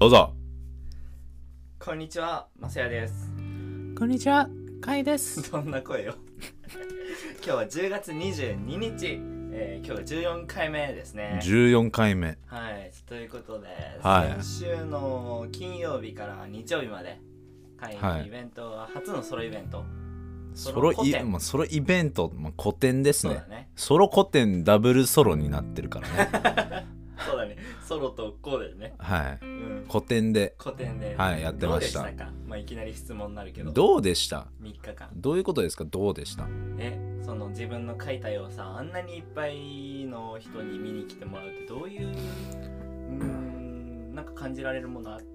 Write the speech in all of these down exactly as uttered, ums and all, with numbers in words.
どうぞ。 こんにちは、まさやです。 こんにちは、かいです。 どんな声よ今日はじゅうがつにじゅうににち、えー、今日はじゅうよんかいめですね。 じゅうよんかいめ。 はい、ということで、 はい、 先週の金曜日から日曜日まで会のイベントは、はい、初のソロイベント、 ソロイベント、まあ、ソロイベント、まあ、古典ですね。 そうだね。 ソロ古典ダブルソロになってるからねそうだね、ソロとコーでね。 はい、 うん、 古典で古典で、 はい、やってました。 どうでしたか？まあ、いきなり質問になるけど、 どうでした？ みっかかん。 どういうことですか？どうでした？ え、その自分の書いた絵をさ、あんなにいっぱいの人に見に来てもらうってどういう、うーん、なんか感じられるものあった？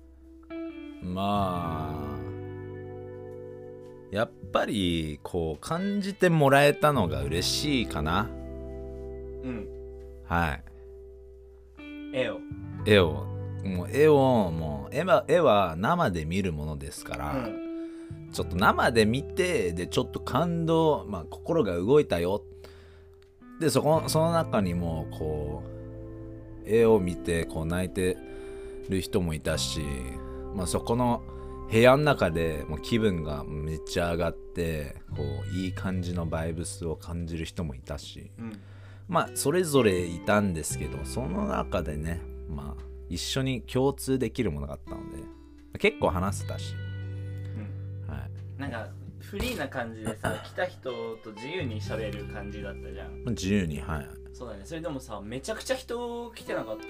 まあやっぱりこう感じてもらえたのが嬉しいかな。 うん。 はい。 絵を。 絵をもう絵をもう絵は絵は生で見るものですから、うん、ちょっと生で見てでちょっと感動、まあ心が動いたよ。でそこその中にもこう絵を見てこう泣いてる人もいたし、まあそこの部屋の中でもう気分がめっちゃ上がってこういい感じのバイブスを感じる人もいたし、うん、まあそれぞれいたんですけど、その中でね、まあ一緒に共通できるものがあったので結構話せたし、 うん、はい、なんかフリーな感じでさ来た人と自由に喋る感じだったじゃん。 自由に、はい。 そうだね。それでもさ、めちゃくちゃ人来てなかった？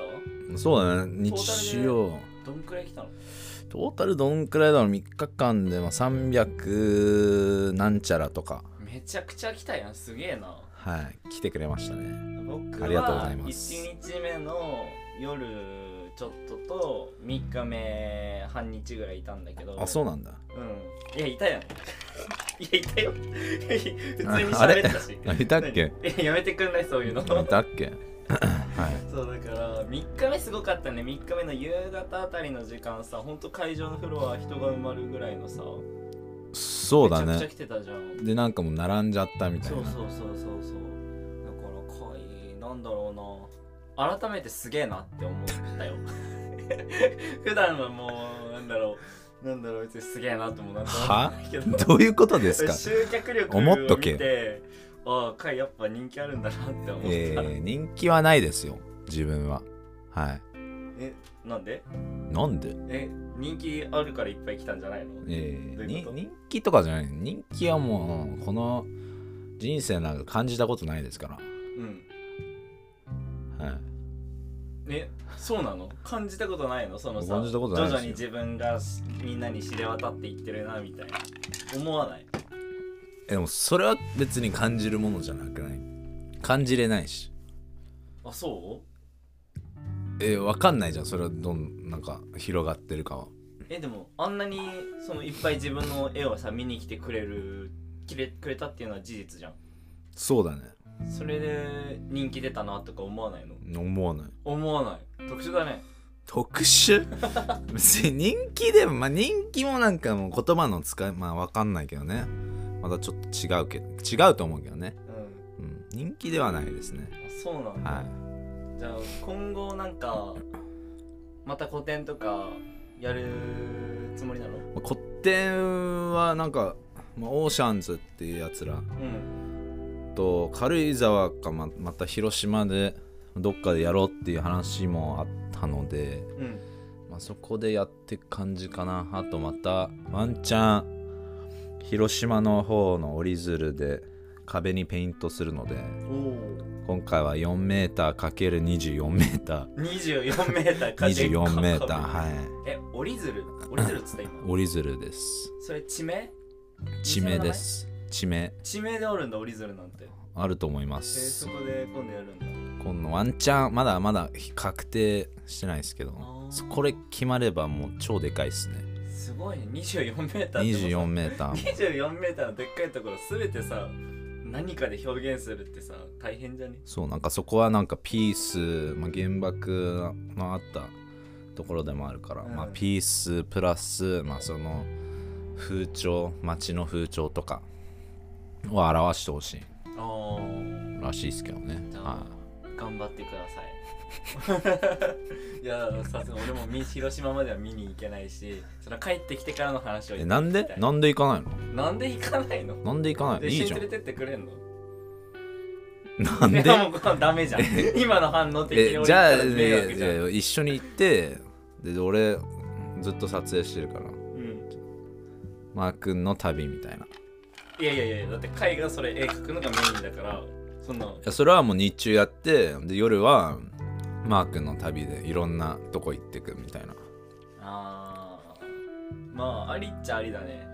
そうだね。日曜どんくらい来たの？ トータルどんくらいだろう。みっかかんでさんびゃくなんちゃらとか。 めちゃくちゃ来たやん。すげえな。 はい、来てくれましたね。 僕ありがとうございます。 いちにちめの夜ちょっととみっかめ半日ぐらいいたんだけど。 あ、そうなんだ。 うん。いや、いたやん。いや、いたよ。普通に喋ったし。 あれいたっけ？ え、やめてくんないそういうの。 いたっけ？はい、 そうだからみっかめすごかったね。みっかめの夕方あたりの時間さ、ほんと会場のフロア人が埋まるぐらいのさ、 そうだね。 めちゃくちゃ来てたじゃん。 でなんかもう並んじゃったみたいな。 そうそうそうそうそう。だから会なんだろうな、改めてすげえなって思ったよ普段はもうなんだろうなんだろう別にすげえなってもなんとはどういうことですか？ 集客力を見て思っとけ。ああ、会やっぱ人気あるんだなって思った。えー、人気はないですよ自分は。はい。 え、なんで？ なんで？ え、人気あるからいっぱい来たんじゃないの？ えー、に人気とかじゃない。人気はもうこの人生なんか感じたことないですから。うん。はい。 え、そうなの？感じたことないの？そのさ、 感じたことないですよ。 徐々に自分がみんなに知れ渡っていってるなみたいな思わない？ でもそれは別に感じるものじゃなくない？感じれないし。 あ、そう？ えー、わかんないじゃん。それはどんなんか広がってるかは。 え、でもあんなにそのいっぱい自分の絵をさ見に来てくれる来てくれたっていうのは事実じゃん。 そうだね。 それで人気出たなとか思わないの？ 思わない。 思わない。特殊だね。 特殊別に人気でも、まあ人気もなんかもう言葉の使い、まあわかんないけどね。またちょっと違うけど違うと思うけどね、うんうん、人気ではないですね。 あ、そうなんだ、はい、じゃあ今後なんかまた個展とかやるつもりなの？ 個展はなんか、まあ、オーシャンズっていうやつら、うん、と軽井沢か ま, また広島でどっかでやろうっていう話もあったので、うんまあ、そこでやっていく感じかな。あとまたワンチャン広島の方の折り鶴で壁にペイントするので、今回はよんメーターかけるにじゅうよんメーターにじゅうよんメーターかけるにじゅうよんメーター、はい。 え、折り鶴折り鶴っつった今折り鶴です。 それ地名？ 地名です。地名地名であるんだ。折り鶴なんてあると思います。 えー、そこで今度やるんだ。 今度ワンチャンまだまだ確定してないですけど、これ決まればもう超でかいっすね。 すごいね。にじゅうよんメーターってにじゅうよんメーターにじゅうよんメーターのでっかいところすべてさ何かで表現するってさ大変じゃね？ そう、なんかそこはなんかピース、まあ、原爆のあったところでもあるから、うん、まあピースプラスまあその風潮、街の風潮とかを表してほしいらしいですけどね。 は頑張ってくださいいやさすが俺も広島までは見に行けないし、その帰ってきてからの話をえなんでなんで行かないのなんで行かないのなんで行かないのいいじゃん。 連れてってくれんのなんでいやもうダメじゃん今の反応的に俺えじゃあ、 言ったら迷惑じゃんね、一緒に行ってで俺ずっと撮影してるから、 うん、 マー君の旅みたいないやいやいやだって海がそれ絵描くのがメインだからそんないやそれはもう日中やってで夜はマー君の旅でいろんなとこ行ってくみたいな。 あーまあありっちゃありだね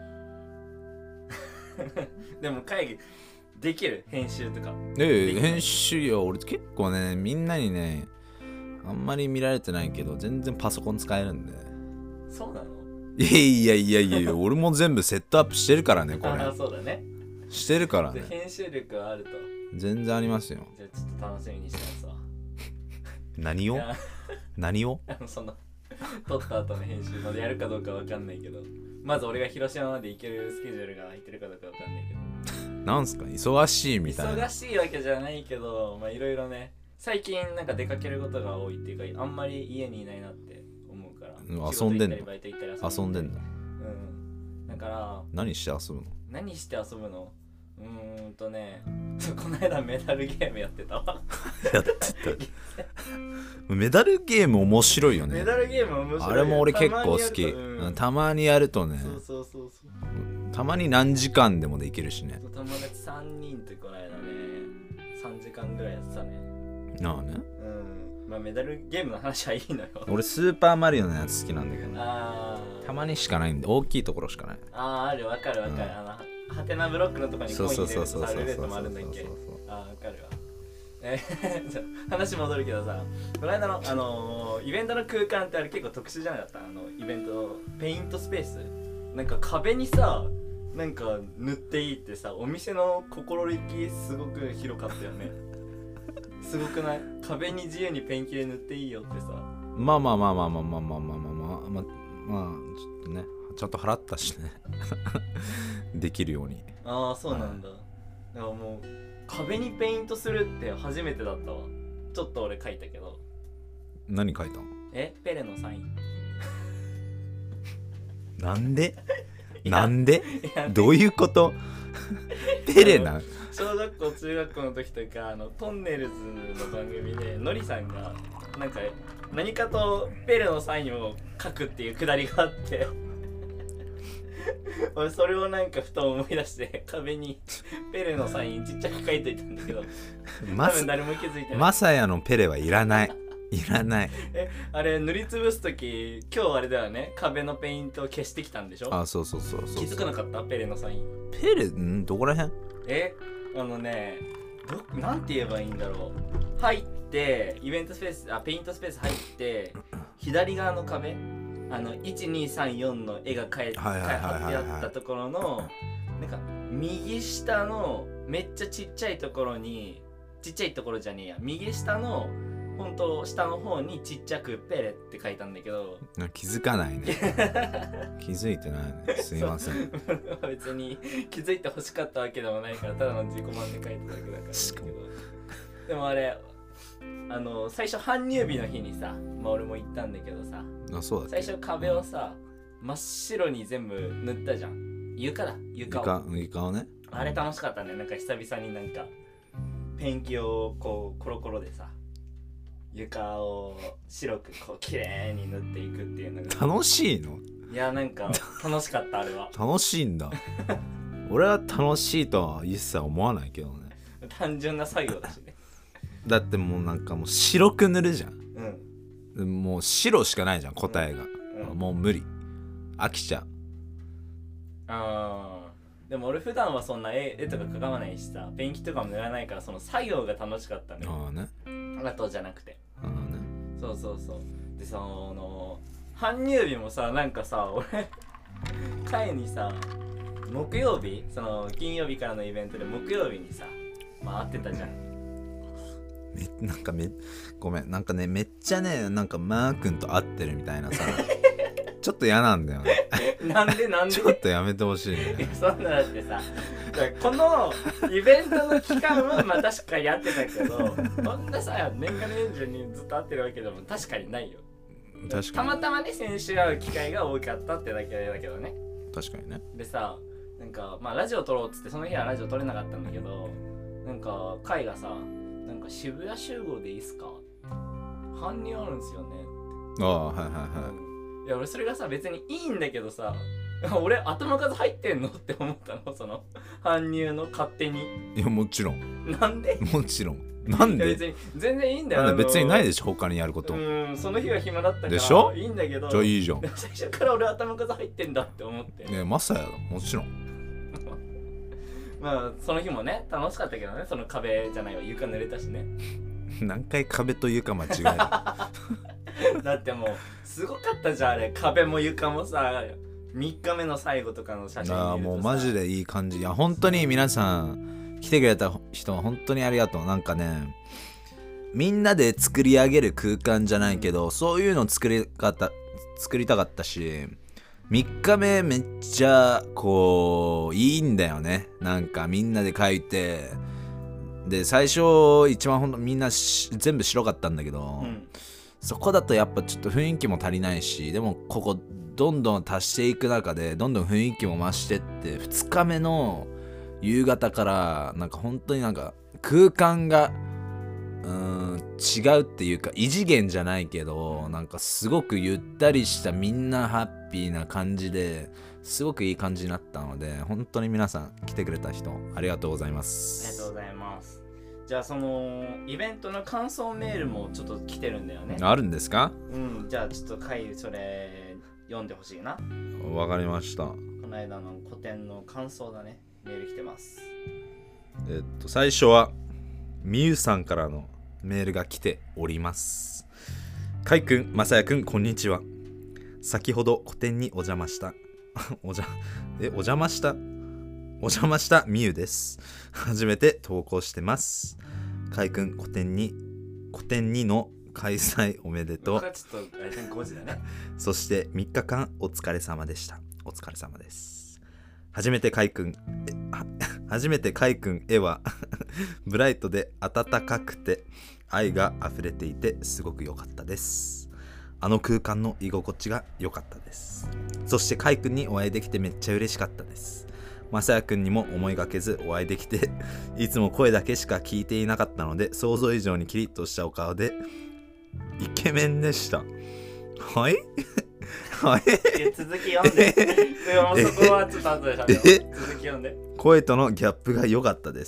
でも会議できる編集とかええ編集や俺結構ねみんなにねあんまり見られてないけど全然パソコン使えるんで。 そうなの？ いやいやいやいやいや俺も全部セットアップしてるからねこれああそうだねしてるからね。 編集力があると全然ありますよ。 じゃあちょっと楽しみにしてますわ何を何をあのその撮った後の編集までやるかどうかわかんないけどまず俺が広島まで行けるスケジュールが入ってるかどうかわかんないけどなんすか忙しいみたいな。 忙しいわけじゃないけどまあいろいろね最近なんか出かけることが多いっていうかあんまり家にいないなって思うから、 うん、遊んでんの仕事行ったりバイト行ったり遊んでんのうんだから何して遊ぶの何して遊ぶのうーんとねこの間メダルゲームやってたわやってたメダルゲーム面白いよね。 メダルゲーム面白い。 あれも俺結構好き。たまにやると、うん、たまにやるとねそうそうそうそうたまに何時間でもできるしね。 友達さんにんとこの間ねさんじかんぐらいやってたね。 なあねうんまあメダルゲームの話はいいのよ俺スーパーマリオのやつ好きなんだけどあたまにしかないんで大きいところしかない。 あーあるわかるわかる、うん、あのハテナブロックのところにコイン入れるとさルーレットもあるんだっけ。ああわかるわ。えー、話戻るけどさこの間の、あのー、イベントの空間ってあれ結構特殊じゃなかった？あのイベントペイントスペースなんか壁にさなんか塗っていいってさお店の心意気すごく広かったよねすごくない？壁に自由にペンキで塗っていいよってさまあまあまあまあまあまあまあまあまあまあまあまあちょっとねちゃんと払ったしねできるように。 ああそうなんだ。だからもう壁にペイントするって初めてだったわ。ちょっと俺書いたけど。 何書いたの？ えペレのサインなんでなんでどういうことペレな小学校中学校の時とかあのトンネルズの番組でノリさんがなんか何かとペレのサインを書くっていうくだりがあって俺それをなんかふと思い出して壁にペレのサインちっちゃく書いていたんだけど多分誰も気づいてない。 マサヤのペレはいらないいらないえあれ塗りつぶす時今日あれだよね壁のペイントを消してきたんでしょ。 あそうそうそうそう気づかなかったペレのサイン。 ペレんどこら辺？ えあのねどなんて言えばいいんだろう。入ってイベントスペースあペイントスペース入って左側の壁あのいちにさんよんの絵が描いてあったところのなんか右下のめっちゃちっちゃいところにちっちゃいところじゃねえや右下の本当下の方にちっちゃくペレって書いたんだけど気づかないね気づいてないねすいません別に気づいてほしかったわけでもないからただの自己満で書いてただけだからけどでもあれあの最初搬入日の日にさ、まあ、俺も行ったんだけどさあそうだ最初壁をさ真っ白に全部塗ったじゃん。床だ床を床, 床をねあれ楽しかったね。なんか久々になんかペンキをこうコロコロでさ床を白くこう綺麗に塗っていくっていうのが楽しいの？ いやなんか楽しかったあれは楽しいんだ俺は楽しいとは一切思わないけどね単純な作業だしねだってもうなんかもう白く塗るじゃん、 うん、 もう白しかないじゃん答えが、 うんうん、 もう無理飽きちゃう。 あーでも俺普段はそんな 絵, 絵とか描かないしさペンキとかも塗らないからその作業が楽しかったね。 ああねあとじゃなくてああねそうそうそうでその搬入日もさなんかさ俺会にさ木曜日その金曜日からのイベントで木曜日にさまあ会ってたじゃん。 めなんかめごめんなんかねめっちゃねなんかマー君と会ってるみたいなさちちょっと嫌なんだよねなんでなんでちょっとやめてほしいいやね。 そんなだってさこのイベントの期間はまあ確かにやってたけどそんなさ年がら年中にずっと会ってるわけでも確かにないよ。 確かにたまたまね先週会う機会が多かったってだけだけどね。 確かにね。 でさなんかまあラジオ撮ろうっつってその日はラジオ撮れなかったんだけどなんかカイがさなんか渋谷集合でいいっすか搬入あるんすよね。 ああはいはいはい。 いや俺それがさ別にいいんだけどさ俺頭数入ってんのって思ったのその搬入の勝手に。 いやもちろんなんでもちろんなんで別に全然いいんだよ。 なんで別にないでししょ他にやること。 うんその日は暇だったからでしょいいんだけどじゃあいいじゃん。 最初から俺頭数入ってんだって思ってねマサヤだもちろんまあその日もね楽しかったけどねその壁じゃないわ床濡れたしね何回壁と床間違えただってもうすごかったじゃんあれ壁も床もさみっかめの最後とかの写真見るとさああもうマジでいい感じ。いや本当に皆さん来てくれた人本当にありがとう。なんかねみんなで作り上げる空間じゃないけどそういうの作り方作りたかったしみっかめめっちゃこういいんだよね。なんかみんなで書いてで最初一番ほんとみんな全部白かったんだけど、うん、そこだとやっぱちょっと雰囲気も足りないしでもここどんどん足していく中でどんどん雰囲気も増してってふつかめの夕方からなんか本当になんか空間がうーん違うっていうか異次元じゃないけどなんかすごくゆったりしたみんなハッピーな感じですごくいい感じになったので本当に皆さん来てくれた人ありがとうございます。 ありがとうございます。じゃあそのイベントの感想メールもちょっと来てるんだよね。 あるんですか？ うんじゃあちょっと回それ読んでほしいな。 わかりました。この間の個展の感想だね。メール来てます。 えっと最初はみゆさんからのメールが来ております。かいくん、まさやくん、こんにちは。先ほど個展にお邪魔したおじゃえお邪魔したお邪魔したみゆです。初めて投稿してます。かいくん、個展に個展にの開催おめでとう。 ちょっとあれごじだね。 そしてみっかかんお疲れ様でした。お疲れ様です。初めてかいくんえ初めてかいくん絵はブライトで温かくて愛が溢れていてすごく良かったです。あの空間の居心地が良かったです。そしてかいくんにお会いできてめっちゃ嬉しかったです。まさやくんにも思いがけずお会いできていつも声だけしか聞いていなかったので想像以上にキリッとしたお顔でイケメンでした。はいはい続き読んでそこはちょっと後でしゃべろう。続き読んで。 声とのギャップが良かったです。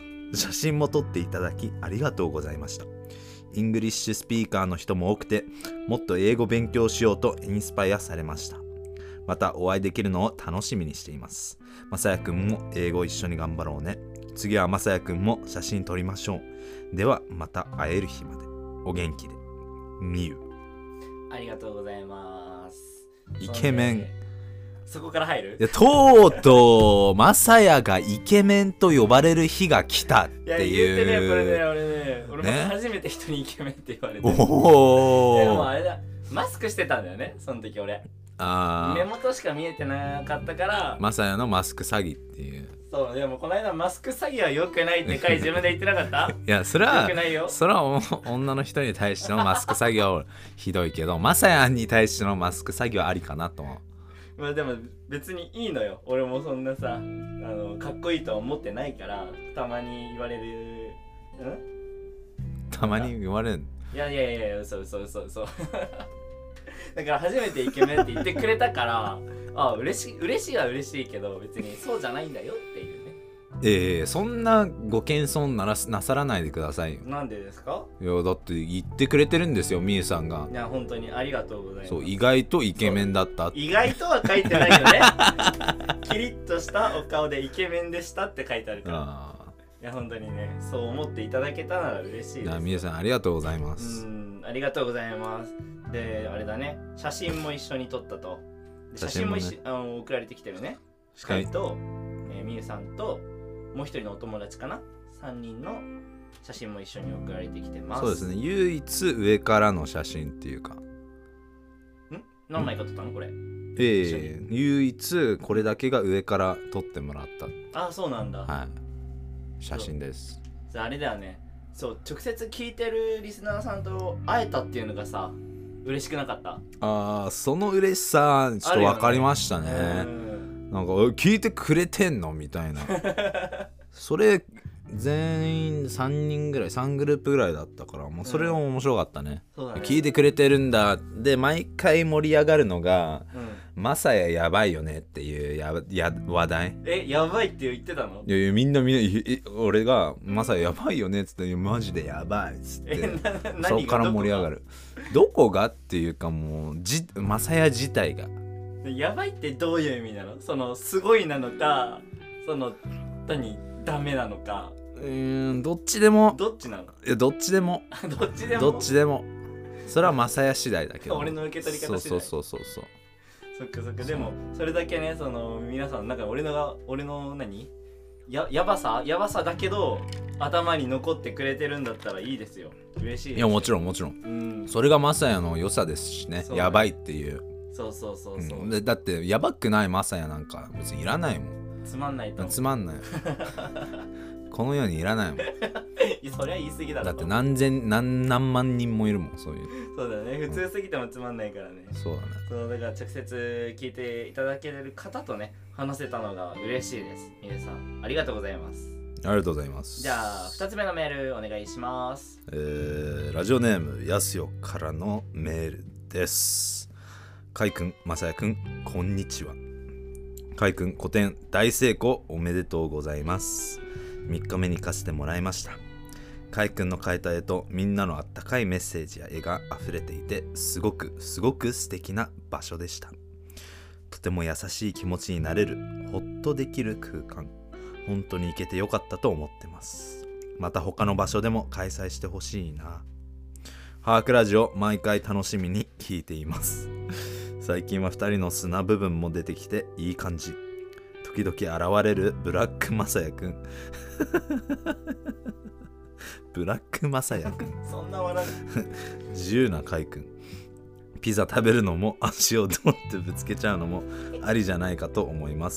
写真も撮っていただきありがとうございました。イングリッシュスピーカーの人も多くてもっと英語勉強しようとインスパイアされました。またお会いできるのを楽しみにしています。まさやくんも英語一緒に頑張ろうね。次はまさやくんも写真撮りましょう。ではまた会える日までお元気で。みゆ。 ありがとうございます。 イケメン。 そこから入る？ いやとうとうまさやがイケメンと呼ばれる日が来たっていう。 いや言ってねこれね俺ね俺も初めて人にイケメンって言われて。 おお。 でもあれだマスクしてたんだよねその時俺。 あ目元しか見えてなかったからまさやのマスク詐欺っていう。 そうでもこの間マスク詐欺は良くないって回自分で言ってなかった？ いやそれは良くないよ。 それは女の人に対してのマスク詐欺はひどいけどまさやに対してのマスク詐欺はありかなと思う。 まあでも別にいいのよ。俺もそんなさあのかっこいいとは思ってないからたまに言われる。ん？ たまに言われる。 いやいやいや嘘嘘嘘嘘だから初めてイケメンって言ってくれたからあ嬉しい嬉しいは嬉しいけど別にそうじゃないんだよっていうね。 ええー、そんなご謙遜ならなさらないでくださいよ。 なんでですか？ いやだって言ってくれてるんですよみゆさんが。 いや本当にありがとうございます。 そう意外とイケメンだったって。 意外とは書いてないよねキリッとしたお顔でイケメンでしたって書いてあるから。あいや本当にねそう思っていただけたなら嬉しいです。 みゆさんありがとうございます。 うんありがとうございます。であれだね写真も一緒に撮ったと。写真も一緒、ね、あの送られてきてるね。かいと、えー、みゆさんともう一人のお友達かなさんにんの写真も一緒に送られてきてます。 そうですね唯一上からの写真っていうかん何枚か撮ったのこれ？ ええ唯一これだけが上から撮ってもらったあ、そうなんだ。 はい写真です。 あれだよね、そう直接聞いてるリスナーさんと会えたっていうのがさ嬉しくなかった？ あーその嬉しさちょっと分かりましたね。なんか聞いてくれてんのみたいなそれ全員さんにんぐらいさんグループぐらいだったからもうそれも面白かったね、 うん、そうだね。 聞いてくれてるんだで毎回盛り上がるのが、うん、マサヤやばいよねっていうやや話題。 えやばいって言ってたの？ いやいやみんなみんな俺がマサヤやばいよねっつってマジでやばいっつってそこから盛り上がる。どこがっていうかもうじマサヤ自体がやばいってどういう意味なの？そのすごいなのかその何ダメなのか。 うーんどっちでも。 どっちなの？ いやどっちでもどっちでもどっちでもそれはマサヤ次第だけど俺の受け取り方次第。そうそうそうそうそっかそっか。でもそれだけねその皆さんなんか俺のが俺の何ややばさやばさだけど頭に残ってくれてるんだったらいいですよ。嬉しいです。 いやもちろんもちろん、うん、それがマサヤの良さですし ね, ねやばいっていう。 そうそうそうそう、うん、 でだってやばくないマサヤなんか別にいらないもん。 つまんないとつまんないこの世にいらないもんいやそりゃ言い過ぎだろ。 だって何千何何万人もいるもんそういう。 そうだね普通すぎてもつまんないからね、 うん、そうだね。 そうだから直接聞いていただける方とね話せたのが嬉しいです。皆さんありがとうございます。 ありがとうございます。 じゃあふたつめのメールお願いします。 えー、ラジオネームやすよからのメールです。かいくん、まさやくん、こんにちは。かいくん、個展大成功おめでとうございます。みっかめに貸してもらいました。かいくんの描いた絵とみんなのあったかいメッセージや絵が溢れていてすごくすごく素敵な場所でした。とても優しい気持ちになれるほっとできる空間、本当に行けてよかったと思ってます。また他の場所でも開催してほしいな。ハークラジオ毎回楽しみに聞いています。最近はふたりの素な部分も出てきていい感じ。時々現れるブラックマサヤくんブラックマサヤくんそんな笑う自由なカイくん。ピザ食べるのも足を取ってぶつけちゃうのもありじゃないかと思います。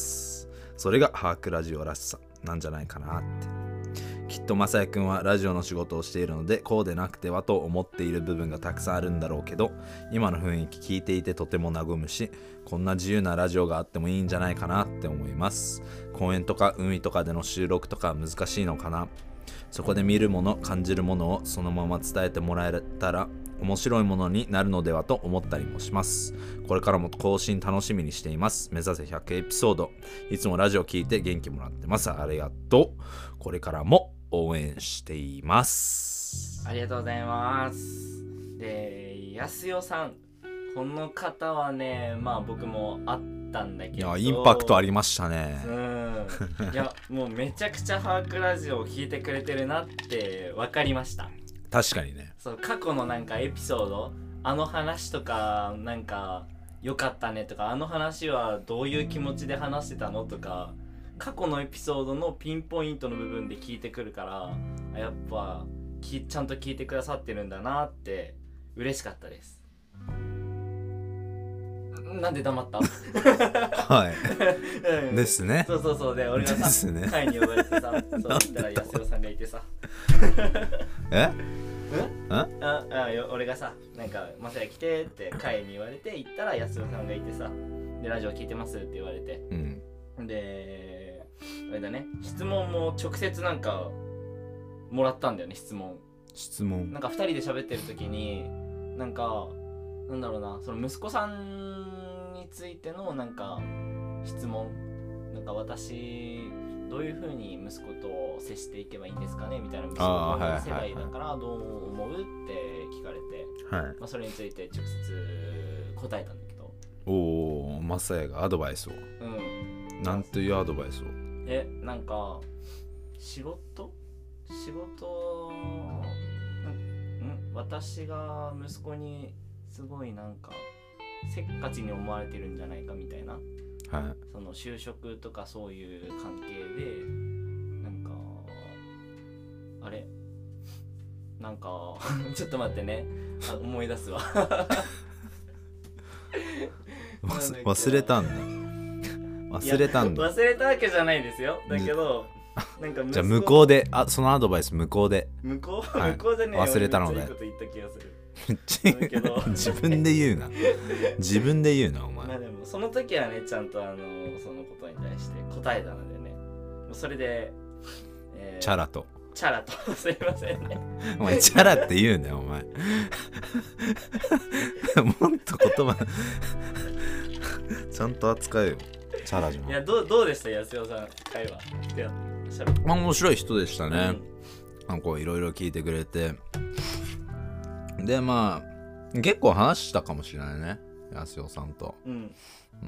それがハークラジオらしさなんじゃないかなって。きっとマサヤくんはラジオの仕事をしているのでこうでなくてはと思っている部分がたくさんあるんだろうけど、今の雰囲気聞いていてとても和むし、こんな自由なラジオがあってもいいんじゃないかなって思います。公園とか海とかでの収録とか難しいのかな。そこで見るもの感じるものをそのまま伝えてもらえたら面白いものになるのではと思ったりもします。これからも更新楽しみにしています。目指せひゃくエピソード。いつもラジオ聞いて元気もらってます。ありがとう。これからも応援しています。 ありがとうございます。で、やすよさん、この方はね、まあ僕も会ったんだけど、 いやインパクトありましたね。 うん。いやもうめちゃくちゃハークラジオを聞いてくれてるなって分かりました。 確かにね。 そう過去のなんかエピソード、あの話とかなんか良かったねとか、あの話はどういう気持ちで話してたのとか。過去のエピソードのピンポイントの部分で聞いてくるからやっぱきちゃんと聞いてくださってるんだなって嬉しかったです。なんで黙ったはい、うん、ですね。 そうそうそうで俺がさ、ね、会に呼ばれてさそう言ったら安代さんがいてさえうんああ俺がさなんかまさや来てって会に言われて行ったら安代さんがいてさでラジオ聞いてますって言われて、うん、であれだね、質問も直接なんかもらったんだよね。質問質問なんかふたりで喋ってる時になんかなんだろうな、その息子さんについてのなんか質問、なんか私どういう風に息子と接していけばいいんですかねみたいな、息子の世代だからどう思うって聞かれて、はい、まあ、それについて直接答えたんだけど、 おお、マサヤがアドバイスを、うん、なんというアドバイスを、 え、なんか仕事仕事ん私が息子にすごいなんかせっかちに思われてるんじゃないかみたいな、はい、その就職とかそういう関係でなんかあれなんかちょっと待ってね、あ思い出すわ忘忘れたんだ忘れたんだ忘れたわけじゃないですよ。だけどなんかじゃあ向こうであそのアドバイス向こうで向こう、 はい、 向こうじゃねえよ。 忘れたのでめっちゃいいこと言った気がする自分で言うな自分で言うなお前。 まあでもその時はねちゃんとあのそのことに対して答えたのでね、もうそれで、 えー、チャラとチャラとすいませんねお前チャラって言うねお前もっと言葉ちゃんと扱えよチャラじゃん。 いやどうどうでした安代さん会話でしゃべまあ面白い人でしたね、うん、こういろいろ聞いてくれてでまあ結構話したかもしれないね安代さんと、うんうん、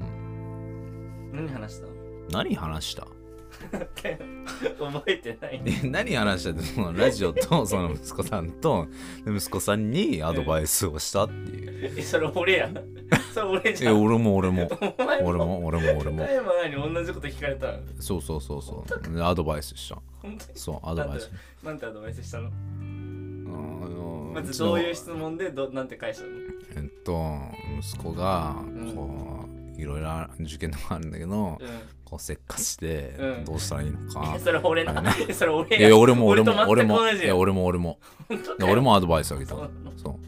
何話した何話した覚えてない、 ね、何話したってそのラジオとその息子さんと息子さんにアドバイスをしたっていうえそれ俺やそれ俺じゃん。 え俺も俺も俺も俺も俺も前も何同じこと聞かれたの。 そうそうそうそうアドバイスした。本当にそうアドバイスなんてアドバイスしたの。まずどういう質問でどなんて返したの。 えっと息子がこう、うん、いろいろ受験とかあるんだけど、うん、こうせっかちでどうしたらいいのか、 うん、それ俺な、ね、それ俺やいや俺も俺も俺もいや俺も俺も俺もアドバイスあげた。そう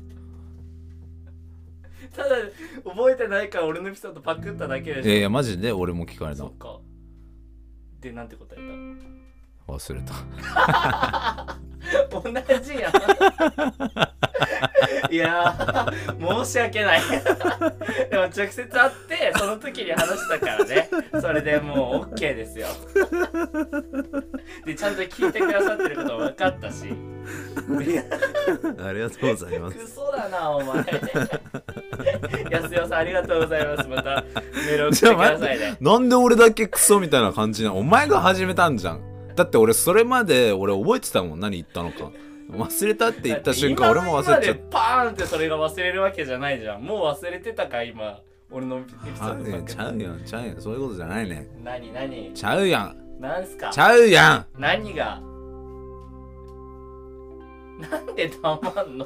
ただ覚えてないから俺のエピソードパクっただけでしょ。 いやいやマジで俺も聞かれた。 そっかでなんて答えた。 忘れた同じやんいや申し訳ないでも直接会ってその時に話したからね、それでもう OK ですよでちゃんと聞いてくださってること分かったしありがとうございます。 クソだなお前安代さんありがとうございます。またメール送ってくださいね。 なんで俺だけクソみたいな感じなの。お前が始めたんじゃん。だって俺それまで俺覚えてたもん何言ったのか。忘れたって言った瞬間俺も忘れちゃった。今までパーンってそれが忘れるわけじゃないじゃん。もう忘れてたか今俺のエピソード。 ちゃうやんちゃうやんそういうことじゃないね。 何何ちゃうやん。 なんすか。 ちゃうやん。 何がなんで黙んの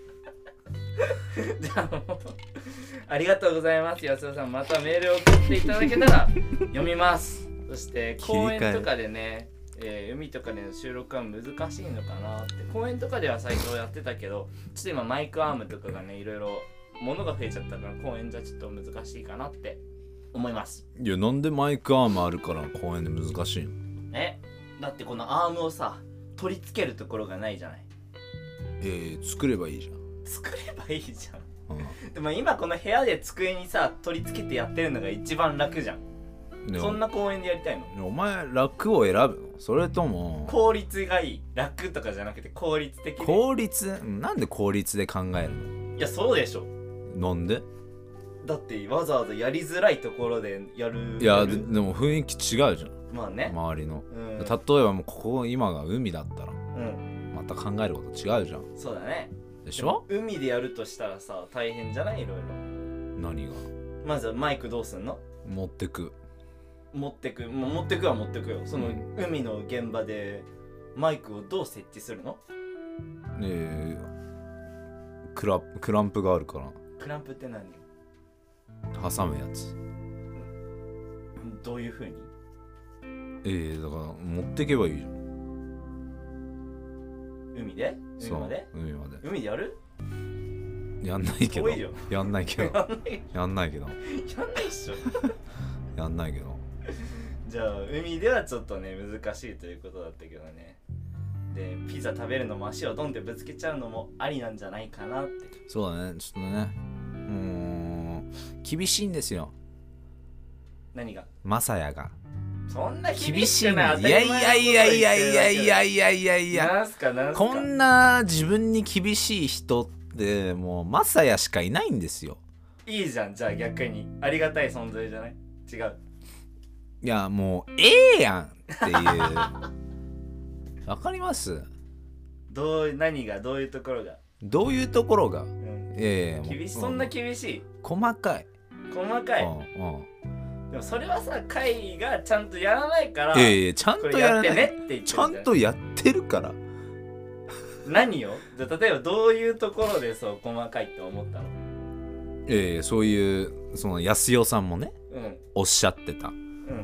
じゃあもうありがとうございます安田さん。またメールを送っていただけたら読みます。そして公園とかでね、えー、海とかでの収録は難しいのかなって。公園とかでは最初やってたけどちょっと今マイクアームとかがねいろいろ物が増えちゃったから公園じゃちょっと難しいかなって思います。 いやなんでマイクアームあるから公園で難しいの。 えだってこのアームをさ取り付けるところがないじゃない。 えー、作ればいいじゃん。 作ればいいじゃん、うん、でも今この部屋で机にさ取り付けてやってるのが一番楽じゃん。そんな公園でやりたいの。 お前楽を選ぶのそれとも効率がいい。楽とかじゃなくて効率的。 効率なんで効率で考えるの。 いやそうでしょ。なんでだってわざわざやりづらいところでやる。 いや で, でも雰囲気違うじゃん。まあね周りの、 うん、 例えばもうここ今が海だったら、うん、また考えること違うじゃん。 そうだね。 でしょ。 で海でやるとしたらさ大変じゃない。いろいろ。 何が。 まずはマイクどうすんの。 持ってく持ってくもう持ってくは持ってくよ。その、うん、海の現場でマイクをどう設置するの。 えー、クラクランプがあるから。 クランプって何。 挟むやつ。 どういう風に。 えー、だから持ってけばいいじゃん。 海で海まで海まで海でやる。 やんないけどやんないけどやんないけどやんないっしょやんないけどじゃあ海ではちょっとね難しいということだったけどね。でピザ食べるのも足をドンってぶつけちゃうのもありなんじゃないかなって。 そうだねちょっとねうーん厳しいんですよ。 何が。 マサヤがそんな厳しくない。 いやいやいやいやいやいやいやいやいやなんすかなんすか。 こんな自分に厳しい人ってもうマサヤしかいないんですよ。 いいじゃん。じゃあ逆にありがたい存在じゃない。違う。 いやもうええやんっていうわかります。 どう何がどういうところがどういうところが、うん、いやいや厳しそんな厳しい。 細かい細かい、うんうん、でもそれはさ会がちゃんとやらないから。 いやいやちゃんとやらない。 これやってねって言ってるじゃん。 ちゃんとやってるから何よ。じゃあ例えばどういうところでそう細かいって思ったの。 えー、そういうその安代さんもね、 うん、 おっしゃってた、 うん、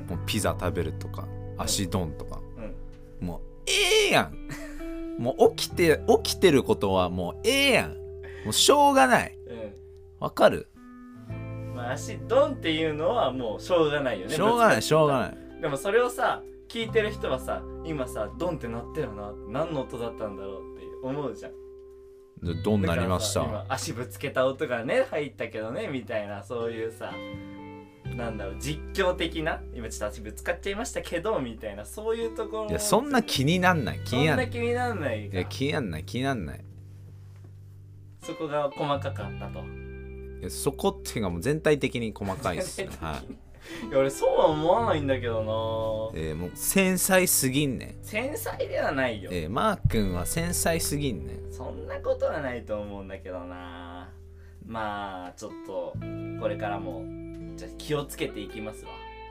もうピザ食べるとか足丼とか、 うん、 もうええやんもう起きて起きてることはもうええやん、もうしょうがないわ、うん、かる。 まあ足ドンっていうのはもうしょうがないよね。 しょうがないしょうがない。 でもそれをさ聞いてる人はさ今さドンって鳴ったよな、何の音だったんだろうって思うじゃん。 でドンなりました。 今足ぶつけた音がね入ったけどねみたいな、そういうさなんだろう実況的な、今ちょっと足ぶつかっちゃいましたけどみたいな、そういうところ。 いやそんな気になんない気になんない。 そんな気になんないか。 いや気になんない気になんない。 そこが細かかったと。 いやそこっていうかもう全体的に細かいっすね。はい。 いや俺そうは思わないんだけどな。 えー、もう繊細すぎんねん。 繊細ではないよ。 えー、マー君は繊細すぎんねん。 そんなことはないと思うんだけどな。まあちょっとこれからもじゃ気をつけていきますわ。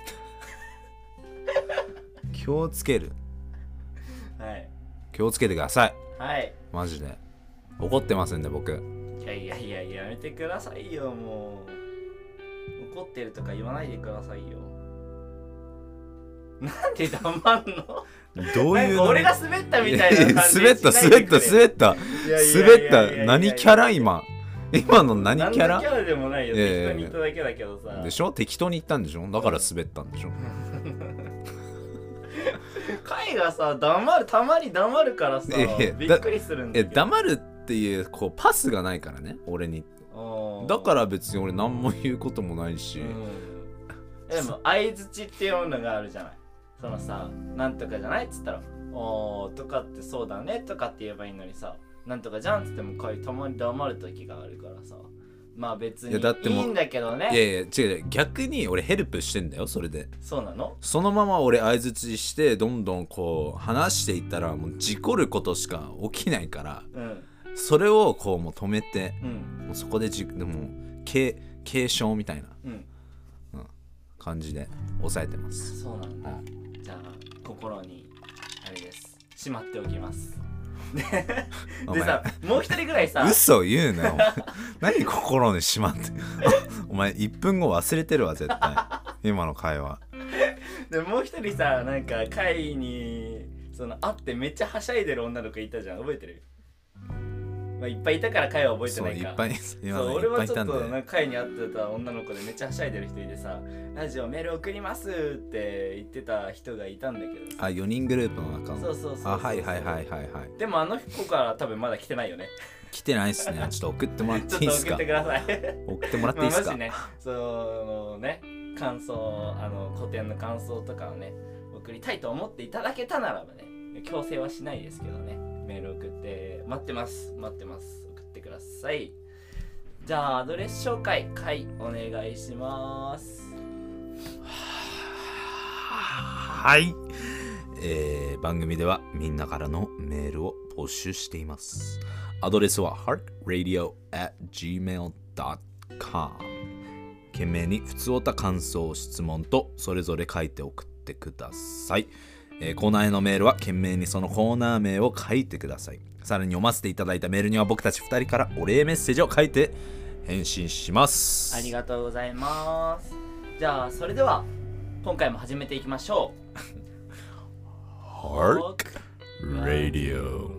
気をつける。 はい。 気をつけてください。 はい。 マジで怒ってますんで僕。 いやいやいややめてくださいよ、もう怒ってるとか言わないでくださいよ。なんで黙んの？ どういうの？ 俺が滑ったみたいな感じで滑った滑った滑った滑った何キャラ今今の何キャラ？ 何キャラでもないよ、適当に言っただけだけどさ。 でしょ、適当に言ったんでしょ、だから滑ったんでしょ。 カイがさ黙る、たまに黙るからさびっくりするんだけど。 え黙るっていうこうパスがないからね俺に。だから別に俺何も言うこともないし、うん、 でも相づちっていうのがあるじゃない。そのさなんとかじゃないっつったらおーとかってそうだねとかって言えばいいのにさ、なんとかじゃんっつってもかいたまに黙る時があるからさ、まあ別にいいんだけどね。 いやいや違う違う、逆に俺ヘルプしてんだよそれで。 そうなの？そのまま俺相づちしてどんどんこう話していったらもう事故ることしか起きないから、うん、それをこうもう止めて、うん、もうそこでじでも軽軽症みたいな、うんうん、感じで抑えてます。 そうなんだ、うん、じゃあ心にあれですしまっておきます。で, でさもう一人ぐらいさ嘘言うなよ何心にしまってお前いっぷんご忘れてるわ絶対今の会話でもう一人さなんか会にその会ってめっちゃはしゃいでる女の子いたじゃん、覚えてる？まあ、いっぱいいたから会は覚えてないか。 そういっぱいそう俺はちょっとなんか会に会ってた女の子でめっちゃはしゃいでる人いてさ、ラジオメール送りますって言ってた人がいたんだけどさ。 あ、よにんグループの中の。 そうそうそうそう。 あ、はいはいはいはいはい。 でもあの子から多分まだ来てないよね。 来てないっすね。ちょっと送ってもらっていいですか？ ちょっと送ってください。 送ってもらっていいですか？ まあ、もしね、そのね、感想、あの古典の感想とかをね送りたいと思っていただけたならばね、強制はしないですけどね、メール送って待ってます待ってます。ください。じゃあアドレス紹介回お願いします。 はい、えー、番組ではみんなからのメールを募集しています。アドレスは ハートラディオ アット ジーメール ドット コム。 懸命にふつおた感想質問とそれぞれ書いて送ってください。えー、コーナーへのメールは懸命にそのコーナー名を書いてください。さらに読ませていただいたメールには僕たちふたりからお礼メッセージを書いて返信します。 ありがとうございます。じゃあそれでは今回も始めていきましょう。 ハートラディオ。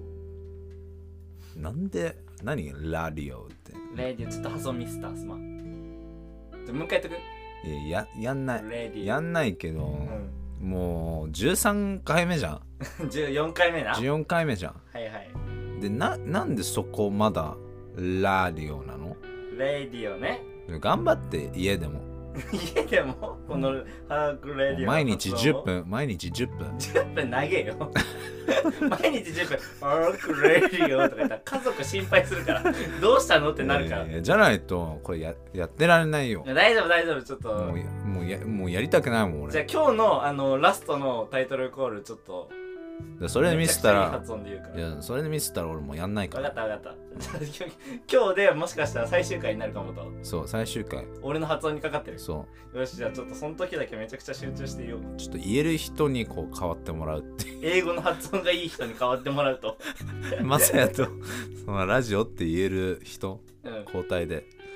なんで何ラディオって。 ラディオちょっと発音ミスったすまん。もう一回やっとく？ いや、や、やんないやんないけど、うんもうじゅうさんかいめじゃん。 じゅうよんかいめな。 じゅうよんかいめじゃん。 はいはい。 でな、なんでそこまだラディオなの？ レディオね。 頑張って家でも。 家でもこのハークレディオ毎日じゅっぷん毎日じゅっぷんじゅっぷん投げよ毎日じゅっぷんハークレディオとか言ったら家族心配するからどうしたのってなるから、 えー、じゃないとこれ や, やってられないよ。 大丈夫大丈夫ちょっともう や, もう や, もうやりたくないもん俺。 じゃあ今日のあのラストのタイトルコールちょっとでそれでミスったらいい発音で言うから。 いやそれでミスったら俺もうやんないから。 分かった分かったじゃあ今日でもしかしたら最終回になるかもと。 そう最終回俺の発音にかかってる。 そうよしじゃあちょっとその時だけめちゃくちゃ集中していよう。 ちょっと言える人にこう変わってもらうって英語の発音がいい人に変わってもらうとまさやとそのラジオって言える人、うん、交代で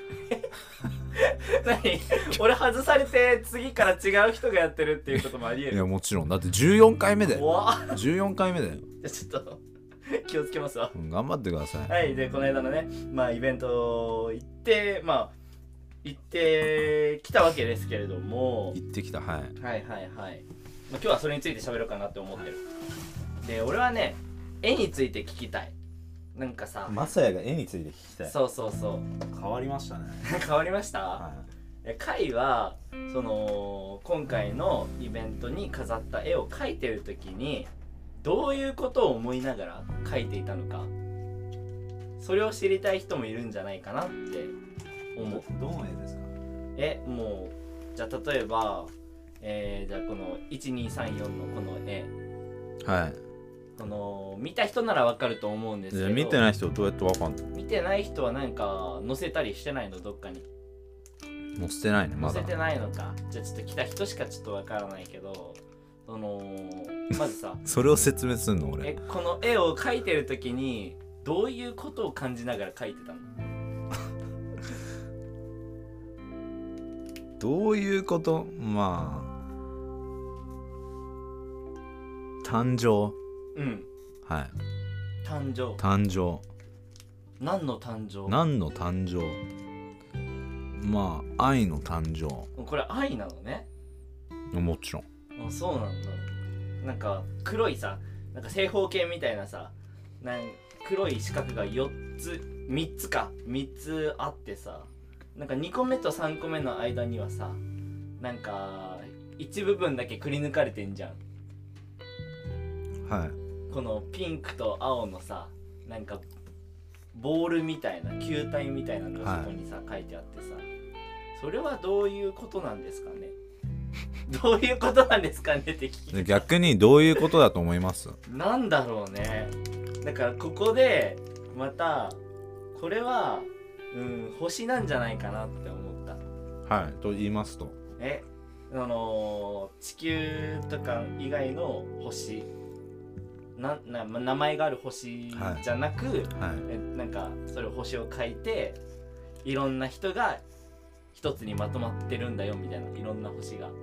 何俺外されて次から違う人がやってるっていうこともありえる。 いやもちろんだってじゅうよんかいめで怖っじゅうよんかいめだよ。 じゃあちょっと気をつけますわ。 うん、頑張ってください。 はい。でこの間のねまあイベント行ってまあ行ってきたわけですけれども、 行ってきた。はいはいはいはい、まあ、今日はそれについて喋ろうかなって思ってる。で俺はね絵について聞きたい。なんかさマサヤが絵について聞きたい。 そうそうそう変わりましたね。 変わりました、 はえカイはその今回のイベントに飾った絵を描いてる時にどういうことを思いながら描いていたのか、それを知りたい人もいるんじゃないかなって思う。 どの絵ですか？ えもうじゃあ例えば、えー、じゃあこのいちにさんよんのこの絵、 はいこの見た人ならわかると思うんですけど、 見てない人どうやってわかんの？ 見てない人はなんか載せたりしてないの？どっかに載せてないねまだ。 載せてないのか。じゃあちょっと来た人しかちょっとわからないけど、そのまずさそれを説明するの俺。 えこの絵を描いてる時にどういうことを感じながら描いてたの？ どういうこと？まあ誕生。 うんはい誕生。 誕生。 何の誕生？ 何の誕生？まあ愛の誕生。 これ愛なのね。 もちろん。 あそうなんだ。なんか黒いさなんか正方形みたいなさなん黒い四角がよっつみっつかみっつあってさ、なんかにこめとさんこめの間にはさなんか一部分だけくり抜かれてんじゃん。 はい。 このピンクと青のさなんかボールみたいな球体みたいなのがそこにさ、はい、書いてあってさ、それはどういうことなんですかね？どういうことなんですかねって聞き。 逆にどういうことだと思います？ なんだろうね。だからここでまたこれはうん星なんじゃないかなって思った。 はいと言いますとえあのー、地球とか以外の星なな名前がある星じゃなく、はいはい、えなんかそれを星を書いていろんな人が一つにまとまってるんだよみたいな。いろんな星が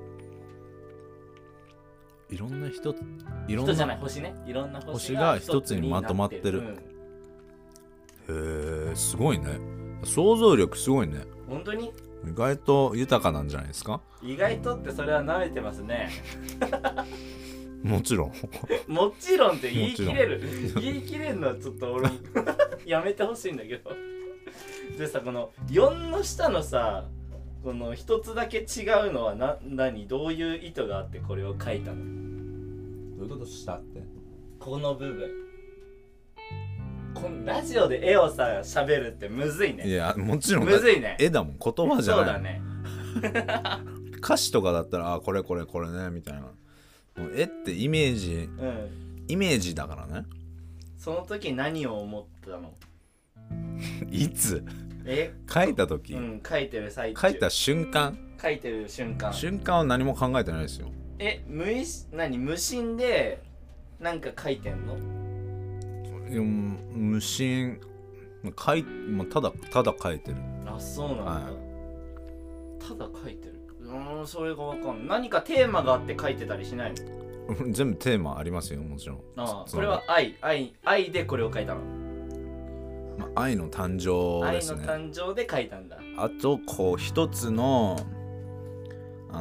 いろんな人いろんな人じゃない星ね。いろんな星が一つにまとまってる、うん、へえすごいね。想像力すごいね。 本当に意外と豊かなんじゃないですか？ 意外とってそれは舐めてますね。 もちろんもちろんって言い切れる言い切れるのはちょっと俺やめてほしいんだけど。でさこのよんの下のさこの一つだけ違うのはな何どういう意図があってこれを書いたの？ どういうことしたって？ この部分このラジオで絵をさ喋るってむずいね。 いやもちろんむずいね。 絵だもん言葉じゃない。 そうだね。 歌詞とかだったらあこれこれこれねみたいな。もう絵ってイメージ、うん、イメージだからね。 その時何を思ったの？ いつ？ え書いた時？ うん書いてる最中。 書いた瞬間？書いてる瞬間。 瞬間は何も考えてないですよ。 え無意識何無心でなんか書いてんの？ いや無心書いただただ書いてる。 あそうなんだ、はい、ただ書いてる。うんそれがわかんない。何かテーマがあって書いてたりしないの？ 全部テーマありますよもちろん。 ああこれは愛愛愛でこれを書いたの？ まあ、愛の誕生ですね。 愛の誕生で書いたんだ。 あとこう一つのあ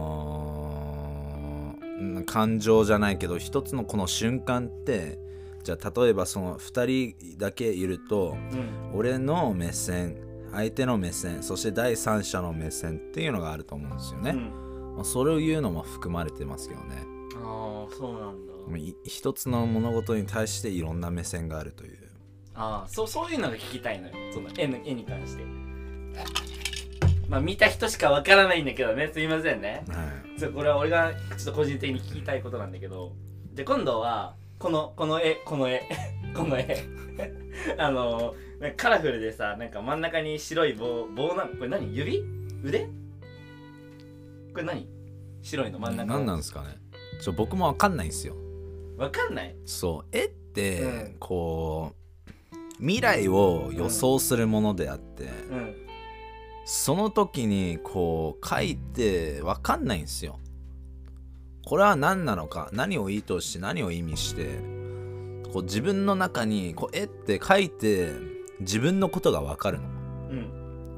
のー、感情じゃないけど一つのこの瞬間ってじゃあ例えばそのふたりだけいると、うん、俺の目線相手の目線そして第三者の目線っていうのがあると思うんですよね、うんまあ、それを言うのも含まれてますけどね。 ああそうなんだ。 一つの物事に対していろんな目線があるという。 ああそうそういうのが聞きたいのよ。その絵の絵に関してまあ見た人しかわからないんだけどねすいませんね、はい、そこれは俺がちょっと個人的に聞きたいことなんだけど、じゃあ今度はこのこの絵この絵この絵あのカラフルでさなんか真ん中に白い棒棒なのこれ何指腕これ何白いの真ん中の何なんですかね。ちょ僕もわかんないんですよ。 わかんない。 そう絵って、うん、こう未来を予想するものであって、 その時にこう書いて分かんないんですよ。これは何なのか、何を意図して何を意味して、こう自分の中にこう絵って書いて自分のことが分かるの、うん、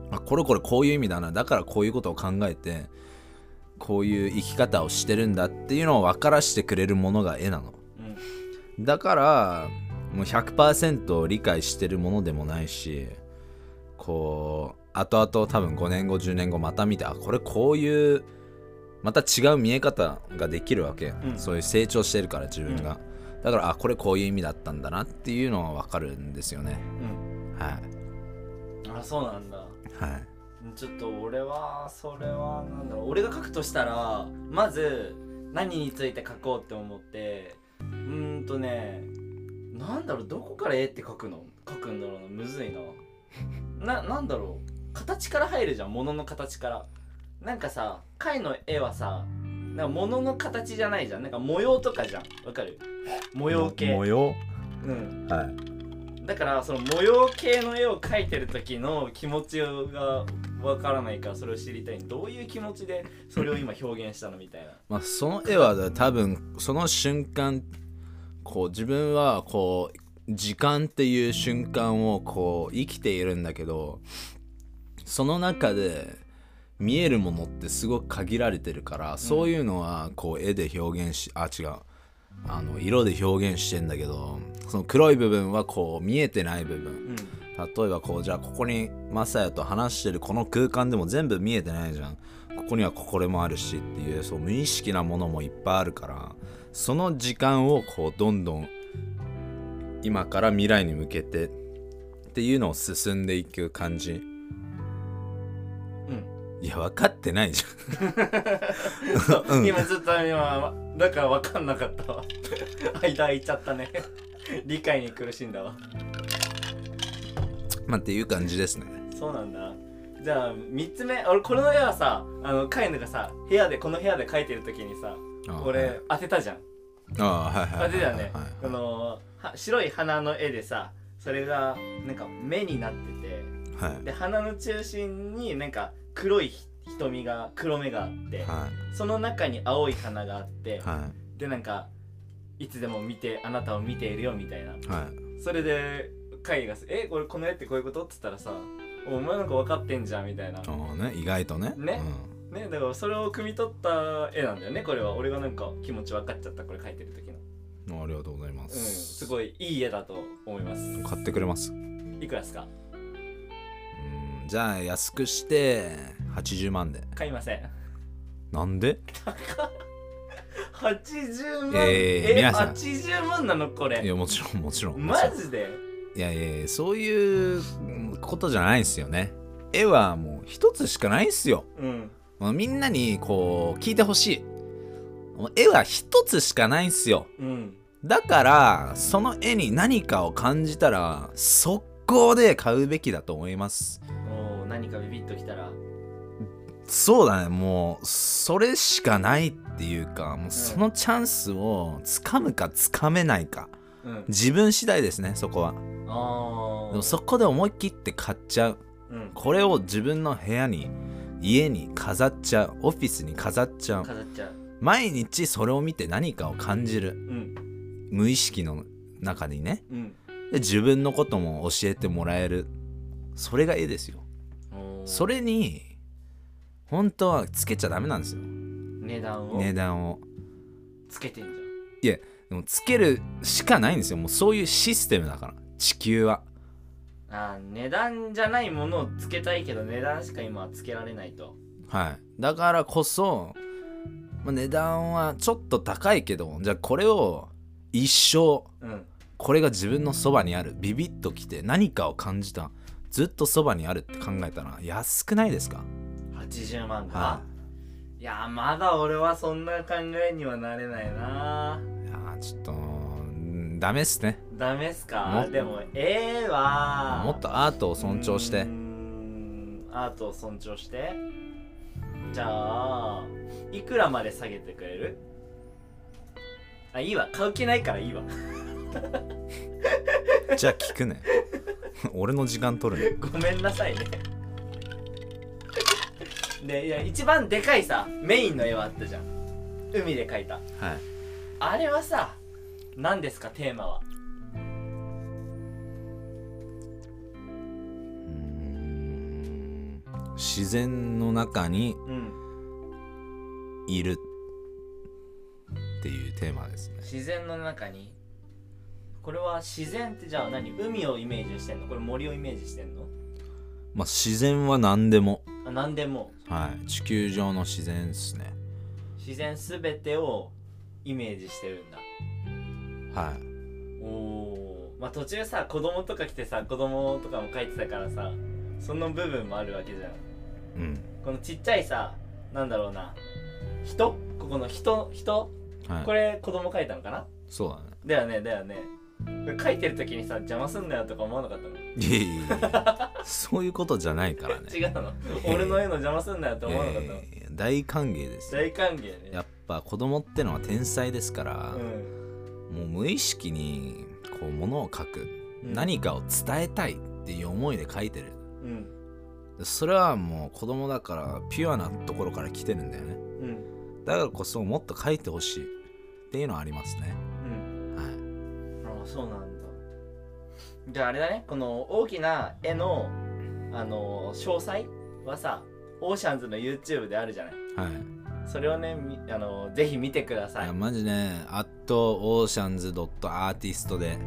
あ、これこれこういう意味だな、だからこういうことを考えてこういう生き方をしてるんだっていうのを分からしてくれるものが絵なの、うん、だからもう ひゃくパーセント 理解してるものでもないし、こう後々多分ごねんごじゅうねんごまた見て、あ、これこういうまた違う見え方ができるわけ、うん、そういう成長してるから自分が、うん、だからあ、これこういう意味だったんだなっていうのは分かるんですよね、うん、はい。 あ、そうなんだ。 はい。 ちょっと俺はそれはなんだろう、俺が書くとしたらまず何について書こうって思って、うーんとね、なんだろう、どこから絵って書くの書くんだろうな、むずいなな、なんだろう、形から入るじゃん、物の形から。なんかさ、貝の絵はさ、なんか物の形じゃないじゃん、なんか模様とかじゃん、わかる？模様系。 模様？ うん。 はい。 だからその模様系の絵を描いてる時の気持ちがわからないから、それを知りたい。どういう気持ちでそれを今表現したのみたいな。 まあその絵は多分その瞬間、こう自分はこう時間っていう瞬間をこう生きているんだけど、その中で見えるものってすごく限られてるから、うん、そういうのはこう絵で表現し、あ、違う、あの色で表現してんだけど、その黒い部分はこう見えてない部分、うん、例えばこう、じゃあここにマサヤと話してるこの空間でも全部見えてないじゃん。ここにはこれもあるしっていう、そう無意識なものもいっぱいあるから、その時間をこうどんどん今から未来に向けてっていうのを進んでいく感じ。いや、分かってないじゃん、うん、 今ちょっと今だから分かんなかったわ間空いちゃったね理解に苦しんだわ。 まあっていう感じですね。 そうなんだ。じゃあみっつめ、俺この絵はさ、あのカイヌがさ部屋でこの部屋で描いてる時にさ、俺当てたじゃん。 ああ、はいはい、 当てたよね。この白い花の絵でさ、それがなんか目になってて、はい、で鼻の中心になんか黒い瞳が、黒目があって、はい、その中に青い花があって、はい、でなんかいつでも見て、あなたを見ているよみたいな、はい、それでカイがえ、これこの絵ってこういうことって言ったらさ、お前なんか分かってんじゃんみたいな。 あ、ね、意外とねね、うん、ね、だからそれを汲み取った絵なんだよね、これは。俺がなんか気持ち分かっちゃった、これ描いてる時の。 ありがとうございます、 うん、すごいいい絵だと思います。 買ってくれます？ いくらですか？ じゃあ安くしてはちじゅうまんで。 買いません。 なんで？ 高っ。はちじゅうまん。 えー、 え皆さんはちじゅうまんなのこれ？ いや、もちろんもちろん。 マジで？ いやいやいや、そういうことじゃないんですよね。絵はもう一つしかないんすよ、うん、もうみんなにこう聞いてほしい。もう絵は一つしかないんすよ、うん、だからその絵に何かを感じたら速攻で買うべきだと思います。 何かビビッときたら、 そうだね、もうそれしかないっていうか、もうそのチャンスをつかむかつかめないか、うん、自分次第ですね、そこは。あ、でもそこで思い切って買っちゃう、うん、これを自分の部屋に、家に飾っちゃう、オフィスに飾っちゃう、 飾っちゃう。 毎日それを見て何かを感じる、うん、無意識の中にね、うん、で自分のことも教えてもらえる、それが絵ですよ。それに本当はつけちゃダメなんですよ、 値段を。 値段をつけてんじゃん。 いや、でもつけるしかないんですよ、もうそういうシステムだから、地球は。 あ、値段じゃないものをつけたいけど値段しか今はつけられないと。 はい、だからこそ、まあ、値段はちょっと高いけど、じゃあこれを一生、うん、これが自分のそばにある、ビビッときて何かを感じた、ずっとそばにあるって考えたら安くないですか？ はちじゅうまんか、はい、いやまだ俺はそんな考えにはなれないな。 いやちょっとダメっすね。 ダメっすか？でも絵はもっとアートを尊重して。うーん、アートを尊重して。じゃあいくらまで下げてくれる？あ、いいわ、買う気ないからいいわじゃあ聞くね俺の時間取るね。 ごめんなさいねでいや一番でかいさメインの絵はあったじゃん、海で描いた。 はい。 あれはさ何ですかテーマは。 うーん自然の中にうんいるっていうテーマですね。 自然の中に。これは自然ってじゃあ何、海をイメージしてんの、これ森をイメージしてんの。 まあ自然は何でも、 あ、何でも。 はい地球上の自然ですね。 自然すべてをイメージしてるんだ。 はい。 おお。まあ途中さ子供とか来てさ子供とかも描いてたからさその部分もあるわけじゃん。 うん。 このちっちゃいさなんだろうな人、ここの人人、 はい、 これ子供描いたのかな。 そうだね。 だよねだよね。これ書いてる時にさ邪魔すんなよとか思わなかったの。 いやいやいやそういうことじゃないからね。 違うの俺の絵の邪魔すんなよって思わなかったの。 いやいや大歓迎ですよ。 大歓迎ね。 やっぱ子供ってのは天才ですから、 うん、 もう無意識にこう物を書く、 うん、 何かを伝えたいっていう思いで書いてる、 うん、 それはもう子供だからピュアなところから来てるんだよね、 うん、 だからこそもっと書いてほしいっていうのはありますね。 うん、 はい。 ああそうなんだ。じゃああれだね、この大きな絵のあの詳細はさオーシャンズの YouTube であるじゃない。 はい。 それをねあのぜひ見てください。 いやマジね、アットオーシャンズドットアーティストで、うん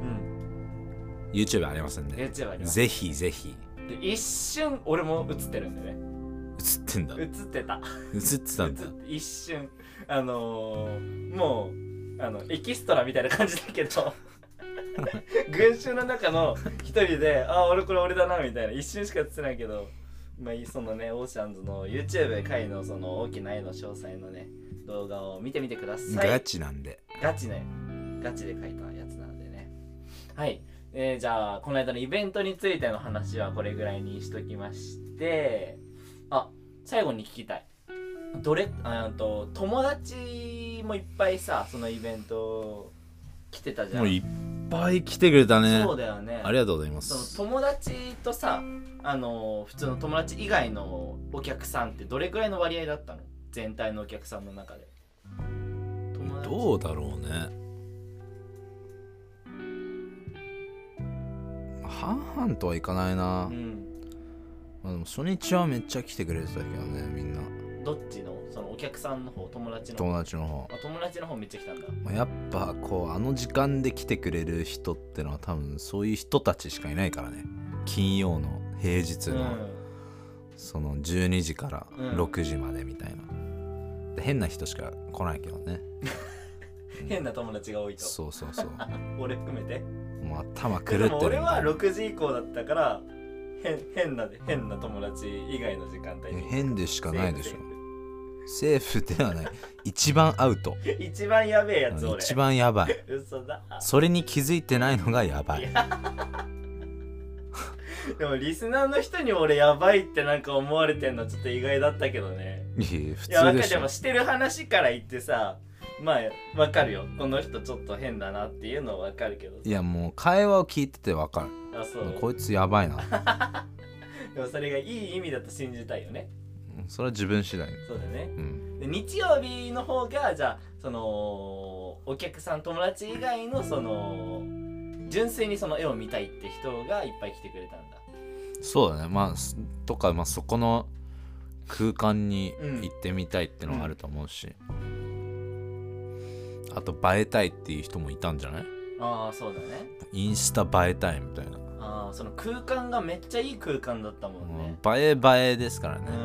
、YouTube ありますんで、 YouTube あります。ぜひぜひ。で一瞬俺も映ってるんでね。 映ってんだ。 映ってた。 映ってたんだ。 一瞬あのー、もうあのエキストラみたいな感じだけど群衆の中の一人であ俺これ俺だなみたいな一瞬しか映ってないけど、まあそのねオーシャンズの YouTube 回のその大きな絵の詳細のね動画を見てみてください。 ガチなんで。 ガチね。ガチで描いたやつなんでね。はい。えー、じゃあこの間のイベントについての話はこれぐらいにしときまして、あ最後に聞きたい。どれあと友達もいっぱいさそのイベント来てたじゃん。 もういっぱい来てくれたね。 そうだよね。 ありがとうございます。 その友達とさあの普通の友達以外のお客さんってどれくらいの割合だったの？全体のお客さんの中で。 どうだろうね。半々とはいかないな、うん、まあ、でも初日はめっちゃ来てくれてたけどねみんな。 どっちのそのお客さんの方友達の方？ 友達の方。 あ友達の方めっちゃ来たんだ。 まあ、やっぱこうあの時間で来てくれる人ってのは多分そういう人たちしかいないからね。金曜の平日の、うん、そのじゅうにじからろくじまでみたいな、うん、で変な人しか来ないけどね変な友達が多いと。 そうそうそう俺含めてもう頭狂ってる。 でも俺はろくじ以降だったから変, 変な変な友達以外の時間帯に変でしかないでしょ。セーフではない一番アウト一番やべえやつ俺。 一番やばい。 嘘だ。 それに気づいてないのがやばい。いでもリスナーの人に俺やばいってなんか思われてんのちょっと意外だったけどね。 いや普通でしょ。 いや分かる。でもしてる話から言ってさまあ分かるよ、この人ちょっと変だなっていうのは分かるけど。 いやもう会話を聞いてて分かる。 あそうこいつやばいなでもそれがいい意味だと信じたいよね。 それは自分次第。 そうだね、 うん、 で日曜日の方がじゃあそのお客さん友達以外のその純粋にその絵を見たいって人がいっぱい来てくれたんだ。 そうだね。まあとか、まあ、そこの空間に行ってみたいってのがあると思うし、うん、あと映えたいっていう人もいたんじゃない？ ああそうだね。 インスタ映えたいみたいな。 ああその空間がめっちゃいい空間だったもんね。 うん、映え映えですからね。 うん、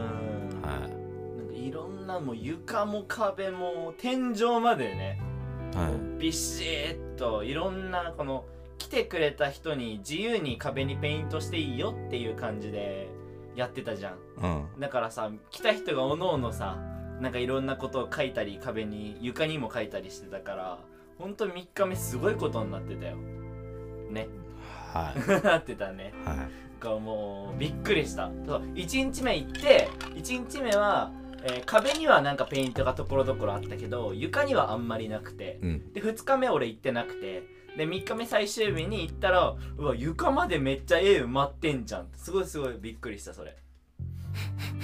はい。なんかいろんなもう床も壁も天井までね、はい、ビシッといろんなこの来てくれた人に自由に壁にペイントしていいよっていう感じでやってたじゃん、うん、だからさ来た人がおのおのさなんかいろんなことを書いたり壁に床にも書いたりしてたからほんとみっかめすごいことになってたよね。はいなってたね。はいがもうびっくりした。そういちにちめ行っていちにちめは、えー、壁にはなんかペイントがところどころあったけど床にはあんまりなくて、うん、でふつかめ俺行ってなくてでみっかめ最終日に行ったらうわ床までめっちゃ絵埋まってんじゃん。すごいすごいびっくりしたそれ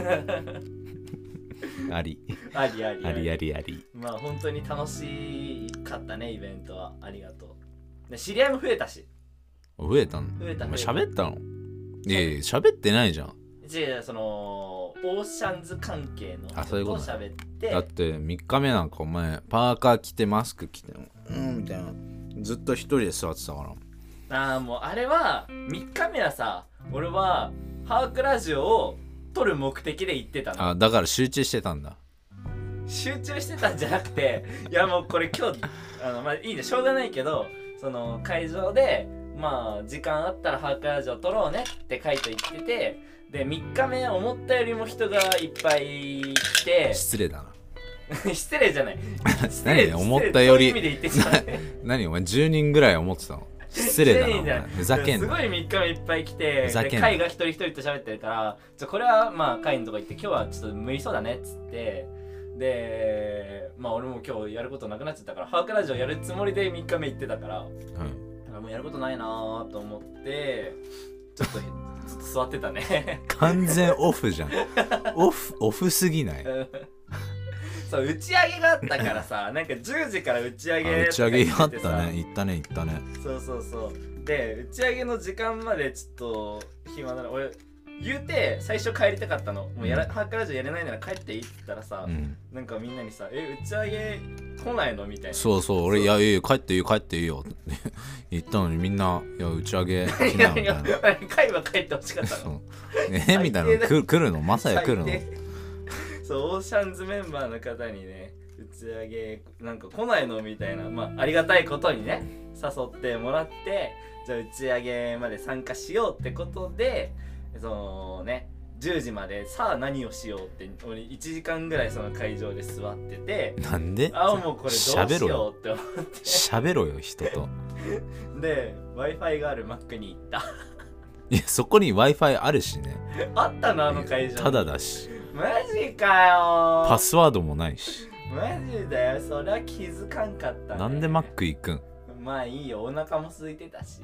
ありありありありありあり。 まあ本当に楽しかったねイベントは。ありがとう。で知り合いも増えたし。 増えたの？ 増えた増えた。 喋ったの？いやいや喋ってないじゃん。 違う、そのオーシャンズ関係のあ、そういうことと喋って。 だってみっかめなんかお前パーカー着てマスク着てうんみたいなずっと一人で座ってたから。 ああもうあれはみっかめはさ、俺はハークラジオを撮る目的で行ってたの。 あ、だから集中してたんだ。 集中してたんじゃなくて、いやもうこれ今日あのまあいいね、しょうがないけど、その会場でまあ時間あったらハークラジオ撮ろうねって書いて言ってて、でみっかめ思ったよりも人がいっぱい来て失礼だな。 失礼じゃない失何思ったよりそういう意味で言ってしまうね何お前じゅうにんぐらい思ってたの？失礼だなお前。ふざけんな。 すごいみっかめいっぱい来て、 ふざけんな。 で会が一人一人と喋ってるから、じゃこれはまあ会のとこ行って今日はちょっと無理そうだねっつって、でまあ俺も今日やることなくなっちゃったからハークラジオやるつもりでみっかめ行ってたから、うん、だからもうやることないなーと思ってちょっとずっと座ってたね完全オフじゃん。オフオフすぎない？ そう打ち上げがあったからさ、なんかじゅうじから打ち上げ打ち上げあったね。行ったね行ったね。 そうそうそうで打ち上げの時間までちょっと暇なの。俺言うて最初帰りたかったの。もうやら、うん、ハークラジオやれないなら帰っていいって言ったらさ、うん、なんかみんなにさえ打ち上げ来ないのみたいな。 そうそう俺いやいや帰っていいよ帰っていいよって言ったのにみんないや打ち上げ来ないみたいな。いやいや帰は帰ってほしかったのえみたいな来るのまさや来るのそうオーシャンズメンバーの方にね打ち上げなんか来ないのみたいな、まあありがたいことにね誘ってもらって、じゃあ打ち上げまで参加しようってことで、そのねじゅうじまでさあ何をしようって俺いちじかんぐらいその会場で座ってて、 なんであもうこれどうしようって思って喋ろよ人とで Wi-Fi がある Mac に行ったいやそこに Wi-Fi あるしね。 あったのあの会場。 ただだしマジかよ。 パスワードもないし。 マジだよ、そりゃ気づかんかったね。 なんでマック行くん？ まあいいよ、お腹も空いてたし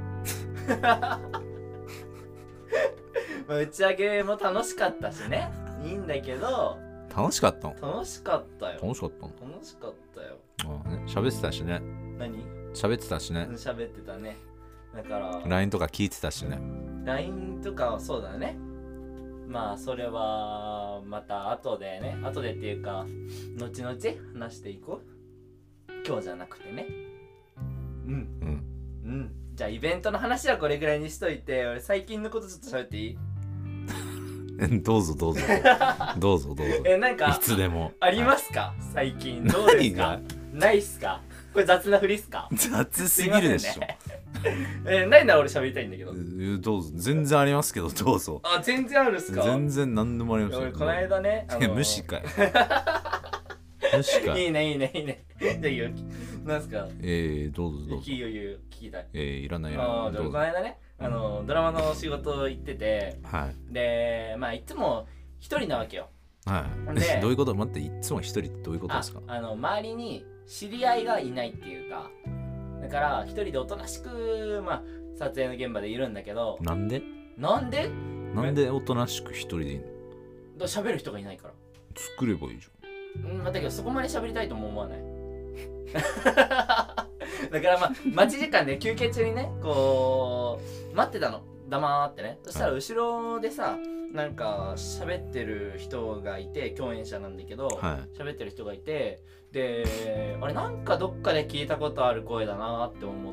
まあ打ち上げも楽しかったしね、いいんだけど。 楽しかったの？ 楽しかったよ。 楽しかったの？ 楽しかったよ。 ああね、喋ってたしね。 何？ 喋ってたしね。 喋ってたね。だからライン とか聞いてたしね。 ライン とかはそうだね。まあそれはまた後でね、後でっていうか後々話していこう。今日じゃなくてね。うんうんうん。じゃあイベントの話はこれぐらいにしといて、俺最近のことちょっと喋っていい？ どうぞどうぞどうぞどうぞ。 えなんかいつでもありますか、はい、最近どうですか？ないっすか？これ雑なふりっすか？ 雑すぎるでしょ。 えー、ないなら俺喋りたいんだけど。 どうぞ。全然ありますけどどうぞ。 あ、全然あるっすか？全然何でもありますよ。 俺この間ね、 あのー、無視かい無視かい。 いいねいいねいいね。じゃあいいよ。なんすか？ えー、どうぞどうぞ。 いいよいいよ、聞きたい。 えー、いらないいらない。 あ、じゃあこの間ね、あのー、ドラマの仕事行ってて、 はい、 でまあいつも一人なわけよ。 はい。でどういうこと？待って、いつも一人ってどういうことですか？ あ、あの周りに知り合いがいないっていうか、だから一人でおとなしくまあ撮影の現場でいるんだけど。 なんで？ なんで？ なんでおとなしく一人でいいの？ だ喋る人がいないから。 作ればいいじゃん。うん、だけどそこまで喋りたいとも思わないだからまあ待ち時間で休憩中にねこう待ってたの、黙ってね。そしたら後ろでさ、なんか喋ってる人がいて、共演者なんだけど、 はい、 喋ってる人がいて、であれなんかどっかで聞いたことある声だなって思って、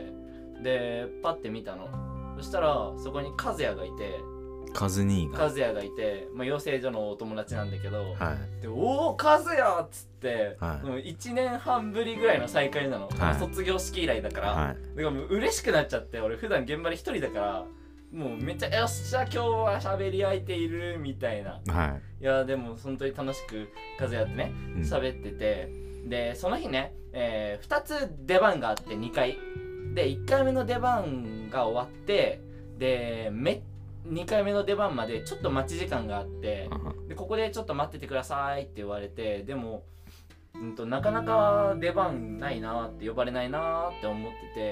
でパッて見たの。そしたらそこに和也がいて、 カズ兄が和也がいて、まあ、養成所のお友達なんだけど、 はい、 でおお和也っつって、 はい、 もういちねんはんぶりぐらいの再会なの、はい、卒業式以来だから、はい、だからもう嬉しくなっちゃって、俺普段現場で一人だからもうめっちゃよっしゃ今日は喋り相手いるみたいな、 はい、 いやでも本当に楽しく和也ってね喋ってて、うん、でその日ね、えー、ふたつ出番があってにかいで、いっかいめの出番が終わって、でめにかいめの出番までちょっと待ち時間があって、でここでちょっと待っててくださいって言われて、でも、うん、となかなか出番ないなって、呼ばれないなって思ってて、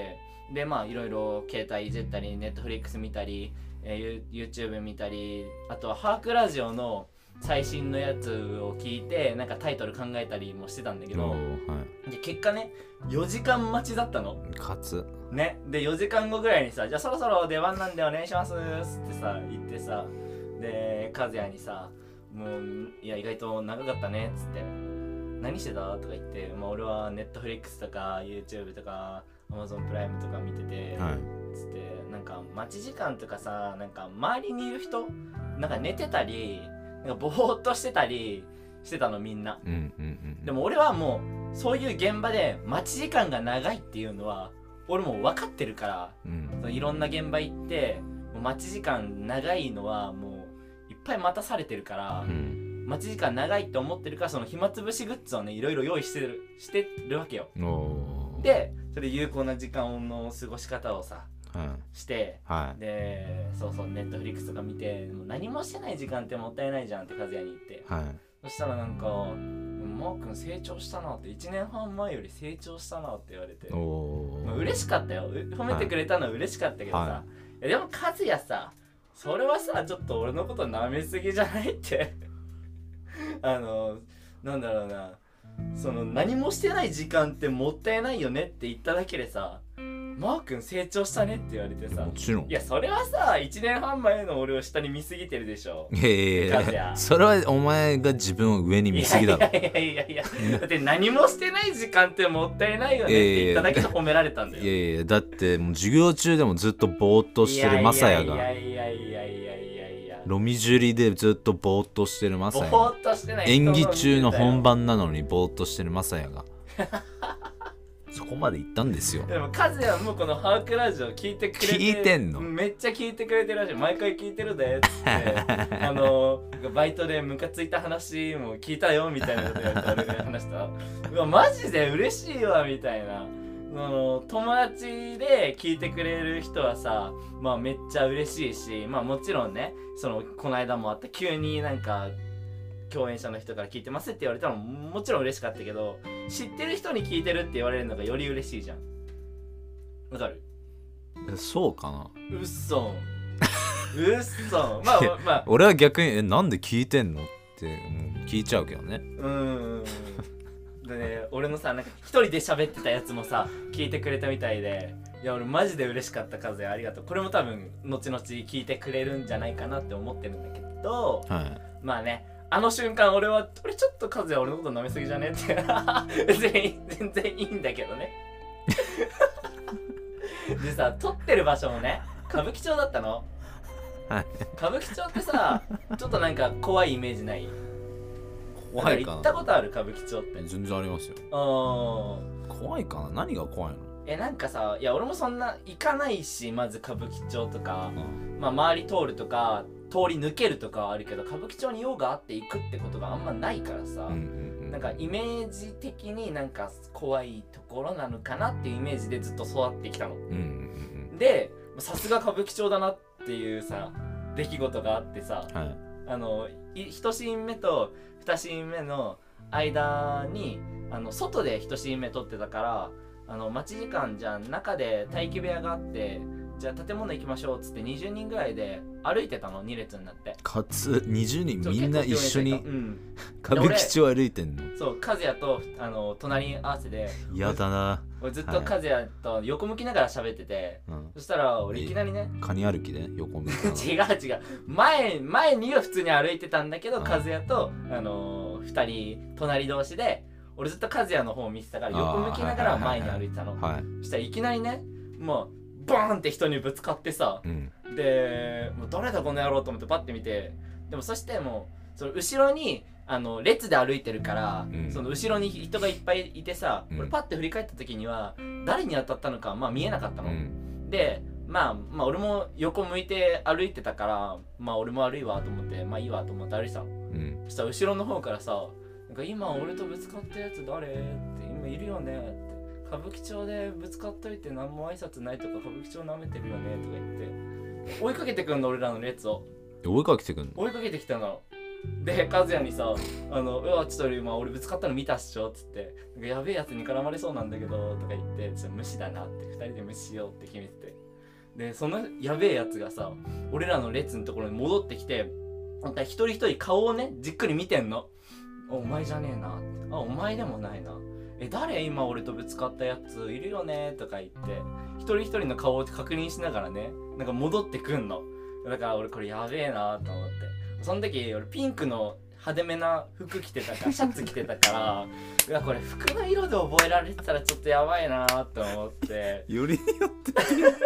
でまあいろいろ携帯いじったりネットフリックス見たり、えー、YouTube 見たり、あとはハークラジオの最新のやつを聞いてなんかタイトル考えたりもしてたんだけど、 はい、 で結果ねよじかん待ちだったの。 かつね、でよじかんごぐらいにさ、じゃあそろそろ出番なんでお願いしますってさ言ってさ、で和也にさ、もういや意外と長かったねっつって、何してたとか言って、まあ、俺はネットフリックスとか YouTube とか Amazon プライムとか見てて、 はい、 つってなんか待ち時間とかさ、なんか周りにいる人なんか寝てたりなんかぼーっとしてたりしてたのみんな、 うんうんうん、 でも俺はもうそういう現場で待ち時間が長いっていうのは俺も分かってるから、うん、そのいろんな現場行ってもう待ち時間長いのはもういっぱい待たされてるから、うん、待ち時間長いって思ってるから、その暇つぶしグッズをねいろいろ用意してるしてるわけよ。でそれ有効な時間の過ごし方をさ、はい、して、はい、でそうそうネットフリックスとか見て、もう何もしてない時間ってもったいないじゃんって和也に言って、はい、そしたらなんかマー君成長したなって、いちねんはん前より成長したなって言われて、まあ、嬉しかったよ、褒めてくれたのは嬉しかったけどさ、はい、いやでも和也さ、それはさちょっと俺のこと舐めすぎじゃないってあのなんだろうな、その何もしてない時間ってもったいないよねって言っただけでさ、マー君成長したねって言われてさ、 もちろん、 いやそれはさいちねんはん前の俺を下に見すぎてるでしょ。 いやいやいや、それはお前が自分を上に見すぎだろ。いやいやいやいやだって何もしてない時間ってもったいないよねって言っただけで褒められたんだよ。 いやいやだってもう授業中でもずっとぼーっとしてるマサヤが、いやいやいやいやいやいやいやロミジュリでずっとぼーっとしてるマサヤが、 ぼーっとしてない演技中の本番なのにぼーっとしてるマサヤがそこまで行ったんですよ。 でも和也もこのハークラジオ聞いてくれて、 聞いてんの？ めっちゃ聞いてくれてるらしい。毎回聞いてるでっつってあのバイトでムカついた話も聞いたよみたいなこと言われて俺が話した。うわマジで嬉しいわみたいな。あの友達で聞いてくれる人はさ、まあめっちゃ嬉しいし、まあもちろんね、そのこの間もあった急になんか共演者の人から聞いてますって言われたのももちろん嬉しかったけど、知ってる人に聞いてるって言われるのがより嬉しいじゃん。わかる？ そうかな。 うっそ。うっそ。まあまあ。 俺は逆にえなんで聞いてんのって聞いちゃうけどね。 うーん。でね、俺のさなんか一人で喋ってたやつもさ聞いてくれたみたいで、いや俺マジで嬉しかった。和也ありがとう。これも多分後々聞いてくれるんじゃないかなって思ってるんだけど、はい、まあね。あの瞬間俺は俺ちょっと和也俺のこと舐めすぎじゃねって全然全然いいんだけどねでさ撮ってる場所もね歌舞伎町だったの、はい、歌舞伎町ってさちょっとなんか怖いイメージない？怖いかな。行ったことある歌舞伎町って？ 全然ありますよ。あ怖いかな。何が怖いの？ えなんかさ、いや俺もそんな行かないし、まず歌舞伎町とか、うん、まあ周り通るとか通り抜けるとかはあるけど、歌舞伎町に用があって行くってことがあんまないからさ、うんうんうん、なんかイメージ的になんか怖いところなのかなっていうイメージでずっと育ってきたの、うんうんうん、でさすが歌舞伎町だなっていうさ出来事があってさ、はい、あのいちシーン目とにシーン目の間にあの外でいちシーン目撮ってたから、あの待ち時間じゃん中で待機部屋があって、じゃあ建物行きましょうっつってにじゅうにんぐらいで歩いてたの、に列になって。 かつにじゅうにんみんな一緒に、うん、歌舞伎町歩いてんの？ そう和也とあの隣合わせで嫌だな。 俺ずっと和也と横向きながら喋ってて、はい、そしたら俺いきなりねカニ歩きで横向き違う違う前前には普通に歩いてたんだけど、和也とあのー、ふたり隣同士で俺ずっと和也の方を見てたから横向きながら前に歩いてたの、はい、そしたらいきなりねもうバーンって人にぶつかってさ、うん、でもう誰だこの野郎と思ってパッて見て、でもそしてもうその後ろにあの列で歩いてるから、うん、その後ろに人がいっぱいいてさ、うん、俺パッて振り返った時には誰に当たったのかまあ見えなかったの、うん、でまあまあ俺も横向いて歩いてたからまあ俺も悪いわと思ってまあいいわと思って歩いてたの、うん、そしたら後ろの方からさなんか今俺とぶつかったやつ誰って今いるよねって歌舞伎町でぶつかっといて何も挨拶ないとか歌舞伎町舐めてるよねとか言って追いかけてくんの俺らの列を追いかけてくんの追いかけてきたので和也にさ「あのうわちょっと今俺ぶつかったの見たっしょ」っつって「なんかやべえやつに絡まれそうなんだけど」とか言って「ちょっと無視だな」ってふたりで無視しようって決めてて、でそのやべえやつがさ俺らの列のところに戻ってきて、なんか一人一人顔をねじっくり見てんの。お前じゃねえな、あお前でもないな、え誰今俺とぶつかったやついるよねとか言って一人一人の顔を確認しながらねなんか戻ってくんの。だから俺これやべえなと思って、その時俺ピンクの派手めな服着てたからシャツ着てたからいやこれ服の色で覚えられてたらちょっとやばいなと思ってよりによって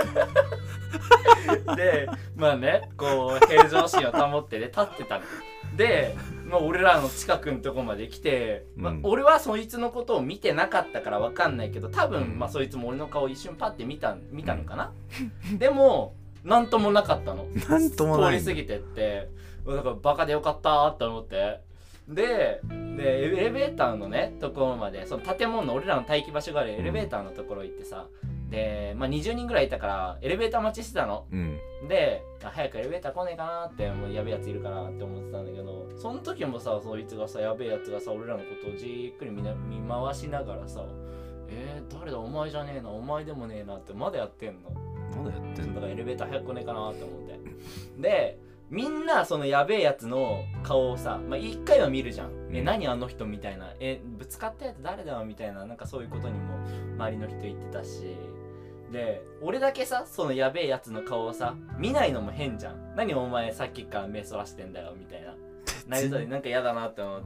でまあねこう平常心を保ってね立ってたので、まあ、俺らの近くのとこまで来て、まあうん、 俺はそいつのことを見てなかったから分かんないけど多分、まあ、そいつも俺の顔を一瞬パッて見た見たのかなでもなんともなかったの。 なんともない通り過ぎてってだからバカでよかったーって思ってででエレベーターのねところまでその建物の俺らの待機場所があるエレベーターのところ行ってさ、で、まあ、にじゅうにんぐらいいたからエレベーター待ちしてたの、 うん、 で早くエレベーター来ねえかなってもうやべえやついるかなって思ってたんだけど、その時もさそいつがさやべえやつがさ俺らのことをじっくり 見, な見回しながらさえー、誰だお前じゃねえなお前でもねえなってまだやってんの。 まだやってんの。 だからエレベーター早く来ねえかなって思ってでみんなそのやべえやつの顔をさ、まあ、一回は見るじゃん、うん、え何あの人みたいな、えぶつかったやつ誰だよみたいな、なんかそういうことにも周りの人言ってたし、で俺だけさそのやべえやつの顔をさ見ないのも変じゃん。何お前さっきから目そらしてんだよみたいななりそうでなんか嫌だなって思って、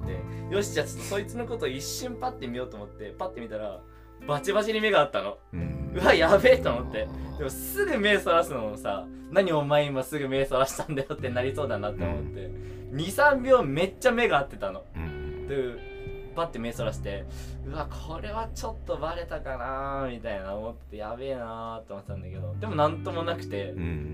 よしじゃあちょっとそいつのことを一瞬パッて見ようと思ってパッて見たらバチバチに目があったの、うん、うわやべえと思って、でもすぐ目そらすのもさ何お前今すぐ目そらしたんだよってなりそうだなって思って、うん、にさんびょうめっちゃ目が合ってたの、うん、でパッて目そらしてうわこれはちょっとバレたかなみたいな思ってやべえなって思ってたんだけど、でもなんともなくて、うん、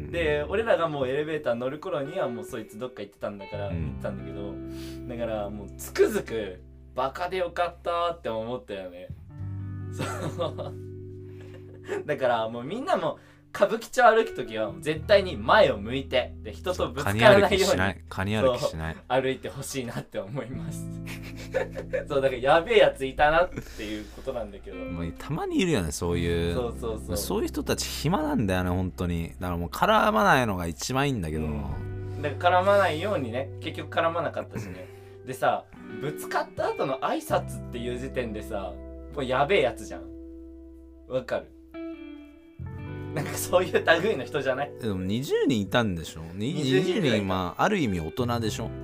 で俺らがもうエレベーター乗る頃にはもうそいつどっか行ってたんだから、うん、行ってたんだけど、だからもうつくづくバカでよかったって思ったよね。そうだからもうみんなも歌舞伎町歩くときは絶対に前を向いてで人とぶつからないようにカニ歩きしない歩いてほしいなって思いますそうだからやべえやついたなっていうことなんだけど、 もうたまにいるよねそういうそうそうそうそういう人たち暇なんだよね本当に。だからもう絡まないのが一番いいんだけど、うん、 だから絡まないようにね結局絡まなかったしねでさぶつかった後の挨拶っていう時点でさもうやべえやつじゃん。わかる？なんかそういう類の人じゃない？ でもにじゅうにんいたんでしょ。にじゅうにんまあある意味大人でしょ。うん。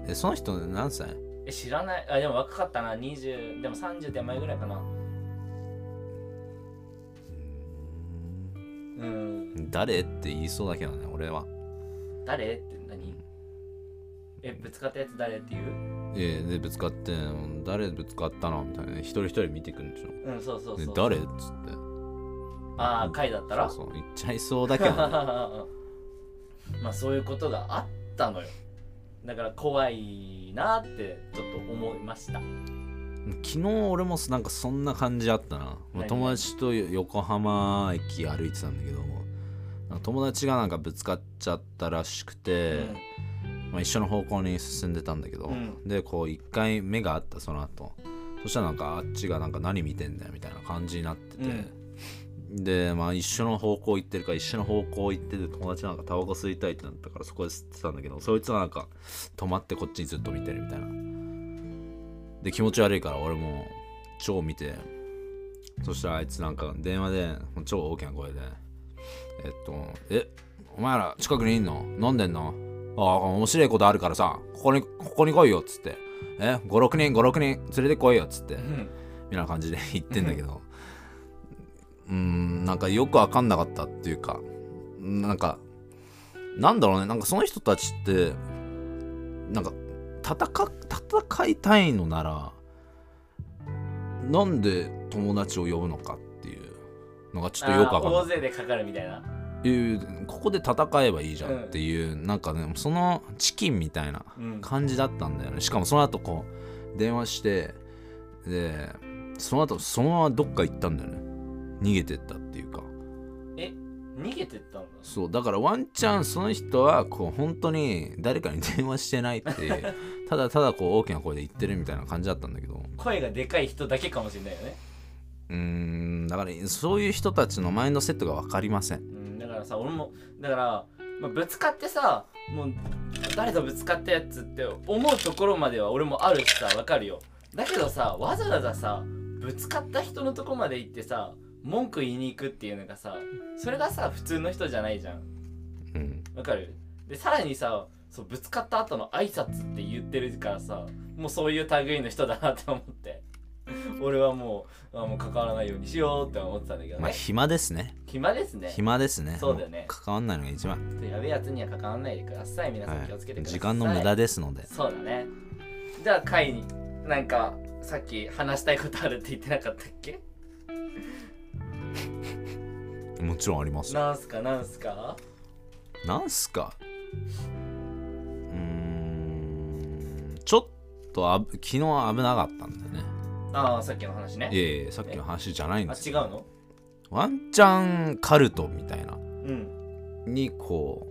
えその人何歳？ え知らない。あでも若かったな。にじゅうでもさんじゅう手前ぐらいかな。 うん。誰って言いそうだけどね俺は。 誰って何？えぶつかったやつ誰って言う？ えでぶつかって誰ぶつかったのみたいな、ね、一人一人見てくるんでしょ。 うんそうそうそうそう。 誰っつってああ回だったらそうそう言っちゃいそうだけど、ね、 まあそういうことがあったのよ。だから怖いなってちょっと思いました。 昨日俺もなんかそんな感じあったな。友達と横浜駅歩いてたんだけど友達がなんかぶつかっちゃったらしくて、うんまあ、一緒の方向に進んでたんだけど、うん、でこう一回目があったその後そしたらなんかあっちがなんか何見てんだよみたいな感じになってて、うん、でまあ一緒の方向行ってるから一緒の方向行ってて友達なんかタバコ吸いたいってなったからそこで吸ってたんだけどそいつはなんか止まってこっちにずっと見てるみたいなで気持ち悪いから俺も超見てそしたらあいつなんか電話で超大きな声でえっとえお前ら近くにいんの飲んでんのああ面白いことあるからさここにここに来いよっつってえごろくにんごろくにん連れてこいよっつって、うん、みたいな感じで言ってんだけどうーんなんかよく分かんなかったっていうかなんかなんだろうねなんかその人たちってなんか戦戦いたいのならなんで友達を呼ぶのかっていうのがちょっとよく分かんない。 大勢でかかるみたいなここで戦えばいいじゃんっていう、うん、なんかねそのチキンみたいな感じだったんだよね、うん、しかもその後こう電話してでその後そのままどっか行ったんだよね逃げてったっていうかえ逃げてったんだ。 そうだからワンチャンその人はこう本当に誰かに電話してないってただただこう大きな声で言ってるみたいな感じだったんだけど、 声がでかい人だけかもしれないよね。 うーんだからそういう人たちのマインドセットが分かりません、 うん、だからさ俺もだから、まあ、ぶつかってさもう誰とぶつかったやつって思うところまでは俺もあるしさ分かるよ。だけどさわざわざさぶつかった人のとこまで行ってさ文句言いに行くっていうのがさそれがさ普通の人じゃないじゃん。 うんわかる。でさらにさそうぶつかった後の挨拶って言ってるからさもうそういう類の人だなって思って俺はもうあもう関わらないようにしようって思ってたんだけどね。 まあ暇ですね。 暇ですね。 暇ですね。 そうだよね。 関わんないのが一番。 やべえやつには関わらないでください。皆さん気をつけてください。 はい、時間の無駄ですので。 そうだね。じゃあ会になんかさっき話したいことあるって言ってなかったっけ？ もちろんあります。 なんすかなんすかなんすかうーんちょっとあ昨日危なかったんだよね。 ああさっきの話ね。 いやいやさっきの話じゃないんですよ。 あ違うの？ ワンチャンカルトみたいな、 うん、 にこ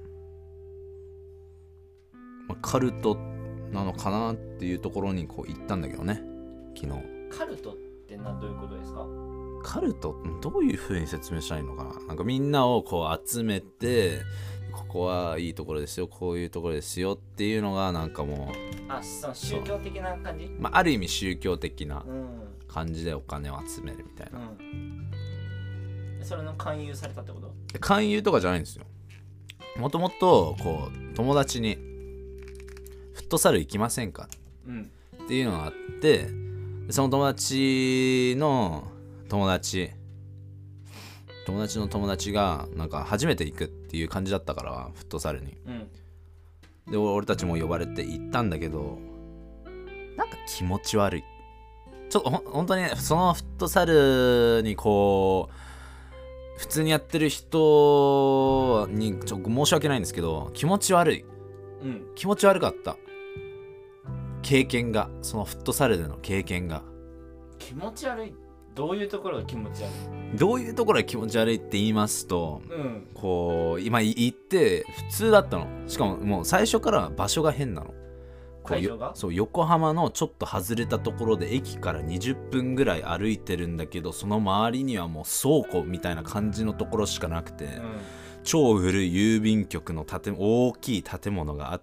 う、まあ、カルトなのかなっていうところにこう行ったんだけどね昨日。 カルトって何どういうことですか？ カルトどういう風に説明したらいいのかな。なんかみんなをこう集めてここはいいところですよこういうところですよっていうのがなんかもうあその宗教的な感じ、 まあ、ある意味宗教的なうん感じでお金を集めるみたいな、 うん、それの勧誘されたってこと？ 勧誘とかじゃないんですよ。もともとこう友達にフットサル行きませんか、 うん、 っていうのがあってその友達の友達友達の友達がなんか初めて行くっていう感じだったからフットサルに、うん、で俺たちも呼ばれて行ったんだけどなんか気持ち悪い。ちょっとほ本当にねそのフットサルにこう普通にやってる人にちょっと申し訳ないんですけど気持ち悪い、うん、気持ち悪かった経験がそのフットサルでの経験が気持ち悪い。どういうところが気持ち悪い？ どういうところが気持ち悪いって言いますと、 うん、 こう今行って普通だったの。しかももう最初から場所が変なの。 会場が？ そう横浜のちょっと外れたところで駅からにじゅっぷんぐらい歩いてるんだけどその周りにはもう倉庫みたいな感じのところしかなくて、うん、超古い郵便局の建大きい建物があって、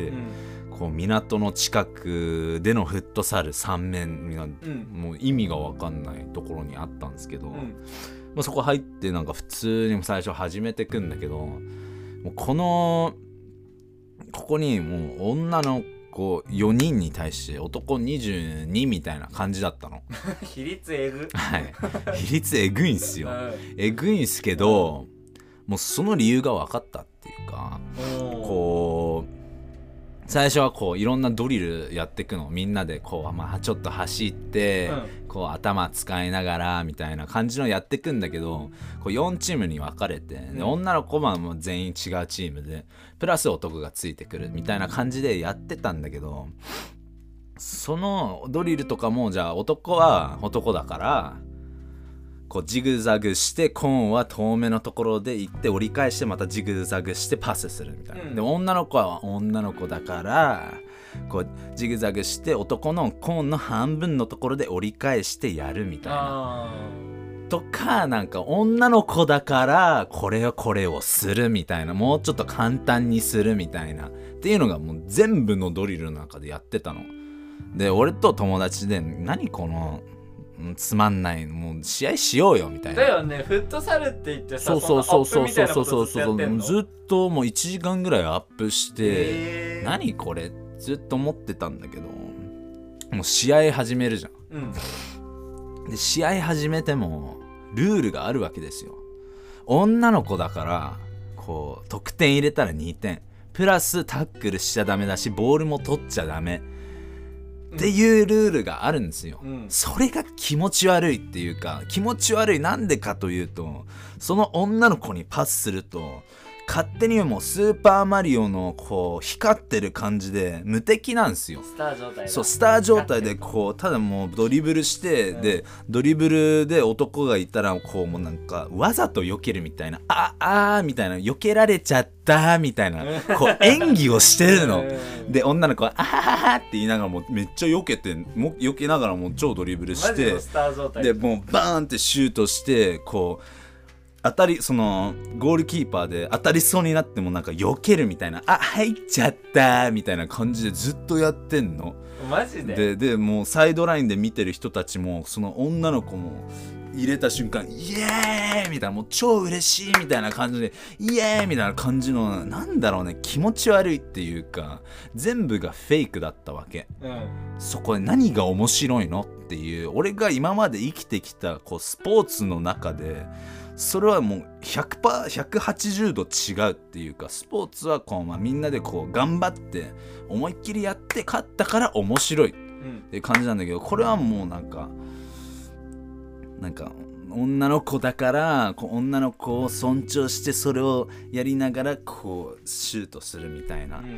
うんこう港の近くでのフットサルさん面が、うん、もう意味が分かんないところにあったんですけど、うんまあ、そこ入ってなんか普通にも最初始めてくんだけどもうこのここにもう女の子よにんに対して男にじゅうにみたいな感じだったの比率えぐはい比率えぐいんすよえぐいんすけどもうその理由が分かったっていうかこう最初はこういろんなドリルやっていくのみんなでこう、まあ、ちょっと走って、うん、こう頭使いながらみたいな感じのやっていくんだけどこうよんチームに分かれて、うん、で女の子はもう全員違うチームでプラス男がついてくるみたいな感じでやってたんだけどそのドリルとかもじゃあ男は男だからこうジグザグしてコーンは遠めのところで行って折り返してまたジグザグしてパスするみたいな、うん、で女の子は女の子だからこうジグザグして男のコーンの半分のところで折り返してやるみたいなとかなんか女の子だからこれをこれをするみたいなもうちょっと簡単にするみたいなっていうのがもう全部のドリルの中でやってたので俺と友達で何このつまんないもう試合しようよみたいなだよねフットサルって言ってさそうそうそうそうそうそうそうそうずっともういちじかんぐらいアップして何これずっと思ってたんだけどもう試合始めるじゃん、うん、で試合始めてもルールがあるわけですよ女の子だからこう得点入れたらにてんプラスタックルしちゃダメだしボールも取っちゃダメっていうルールがあるんですよ、うん、それが気持ち悪いっていうか気持ち悪いなんでかというとその女の子にパスすると勝手にもうスーパーマリオのこう光ってる感じで無敵なんですよ。 スター状態だ。 そうスター状態でこうただもうドリブルして、うん、でドリブルで男がいたらこうもうなんかわざと避けるみたいなああーみたいな避けられちゃったみたいなこう演技をしてるので女の子はあはははって言いながらもめっちゃ避けても避けながらもう超ドリブルしてでもうバーンってシュートしてこう当たりそのゴールキーパーで当たりそうになってもなんか避けるみたいなあ入っちゃったみたいな感じでずっとやってんの。 マジでででもうサイドラインで見てる人たちもその女の子も入れた瞬間イエーイみたいなもう超嬉しいみたいな感じでイエーイみたいな感じのなんだろうね気持ち悪いっていうか全部がフェイクだったわけ、うん、そこで何が面白いのっていう俺が今まで生きてきたこうスポーツの中でそれはもう ひゃくパーセントひゃくはちじゅうど違うっていうかスポーツはこう、まあ、みんなでこう頑張って思いっきりやって勝ったから面白いっていう感じなんだけどこれはもうなんかなんか女の子だからこう女の子を尊重してそれをやりながらこうシュートするみたいな、うん、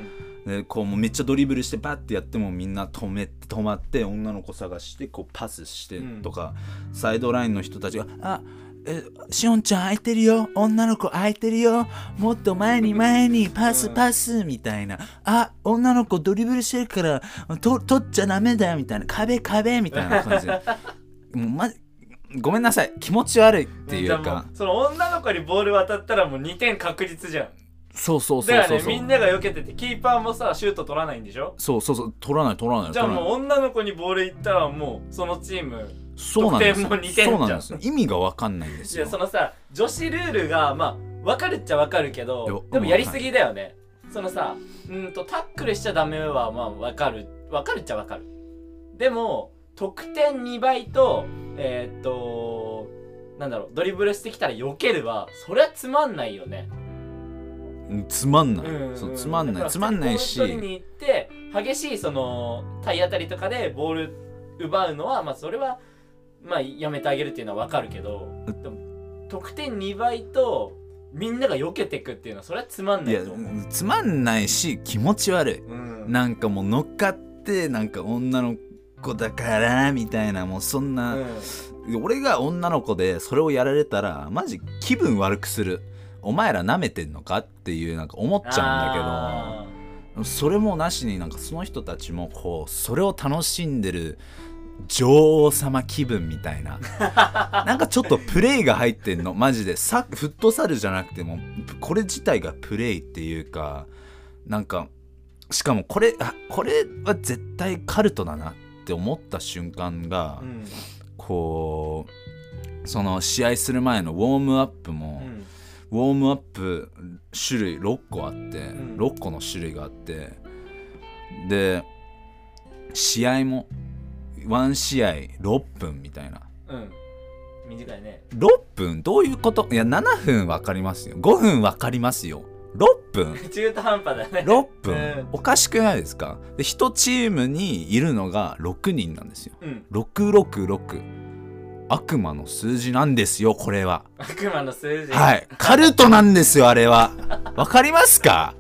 でこうもうめっちゃドリブルしてバッてやってもみんな止めて止まって女の子探してこうパスしてとか、うん、サイドラインの人たちがあえしおんちゃん空いてるよ女の子空いてるよもっと前に前にパスパスみたいなあ女の子ドリブルしてるからと取っちゃダメだよみたいな壁壁みたいな感じでもうまごめんなさい気持ち悪いっていうかその女の子にボール渡ったらもうにてん確実じゃん。 そうそうそうそうそうだからねみんなが避けててキーパーもさシュート取らないんでしょ。 そうそうそう取らない取らないじゃあもう女の子にボールいったらもうそのチームそうなんですよ得点もにてんじゃん。 そうなんですよ意味が分かんないんですよ。 いやそのさ女子ルールがまあ分かるっちゃ分かるけどでもやりすぎだよね。そのさうんとタックルしちゃダメはまあ分かる分かるっちゃ分かる。でも得点にばいとえー、っとなんだろうドリブルしてきたら避けるはそりゃつまんないよね。 つまんない、 うんうん、 そうつまんないつまんないし取りに行って激しいその体当たりとかでボール奪うのはまあそれはまあやめてあげるっていうのは分かるけどでも得点にばいとみんなが避けていくっていうのはそれはつまんないと思う。 いやつまんないし気持ち悪い、うん、なんかもう乗っかってなんか女の子だからみたいなもうそんな、うん、俺が女の子でそれをやられたらマジ気分悪くする。お前ら舐めてんのかっていうなんか思っちゃうんだけどそれもなしになんかその人たちもこうそれを楽しんでる女王様気分みたいななんかちょっとプレイが入ってんのマジでさフットサルじゃなくてもこれ自体がプレイっていうかなんかしかもこれあこれは絶対カルトだなって思った瞬間が、うん、こうその試合する前のウォームアップも、うんウォームアップ種類ろっこあって、うん、ろっこの種類があってで試合もワン試合ろっぷんみたいな、 うん、短いねろっぷんどういうこといやななふん分かりますよごふん分かりますよろっぷん中途半端だねろっぷん、うん、おかしくないですか。でいちチームにいるのがろくにんなんですよ、うん、ろくろくろく悪魔の数字なんですよこれは。 悪魔の数字はいカルトなんですよあれは。わかりますか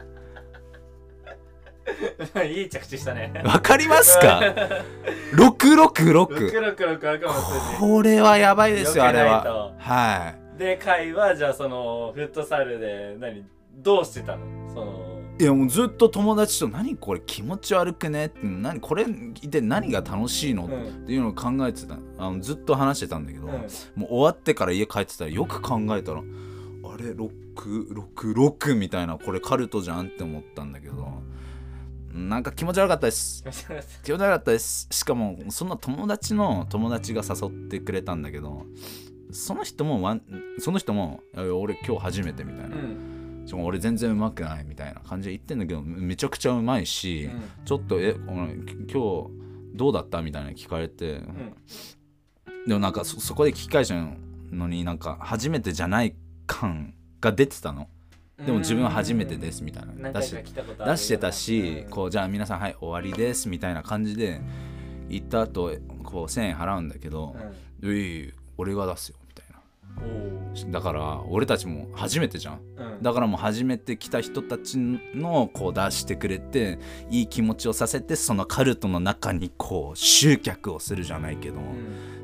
いい着地したね。 わかりますかろくろくろくろくろくろく悪魔の数字これはやばいですよあれは。はいで会はじゃあそのフットサルで何どうしてたのそのいやもうずっと友達と何これ気持ち悪くねって何これで何が楽しいの、うん、っていうのを考えてたあのずっと話してたんだけど、うん、もう終わってから家帰ってたらよく考えたらあれろくろくろくみたいなこれカルトじゃんって思ったんだけどなんか気持ち悪かったです気持ち悪かったです。しかもそんな友達の友達が誘ってくれたんだけどその人もその人も俺今日初めてみたいな、うんしかも俺全然うまくないみたいな感じで言ってんだけどめちゃくちゃうまいし、うん、ちょっとえ今日どうだったみたいな聞かれて、うん、でもなんか そ, そこで聞き返したのになんか初めてじゃない感が出てたの。でも自分は初めてですみたいな出し、出してたし、こうじゃあ皆さんはい終わりですみたいな感じで言った後こうせんえん払うんだけど、うん、いい俺が出すよみたいなだから俺たちも初めてじゃん、 うん、 だからもう初めて来た人たちのこう出してくれていい気持ちをさせてそのカルトの中にこう集客をするじゃないけど、うん、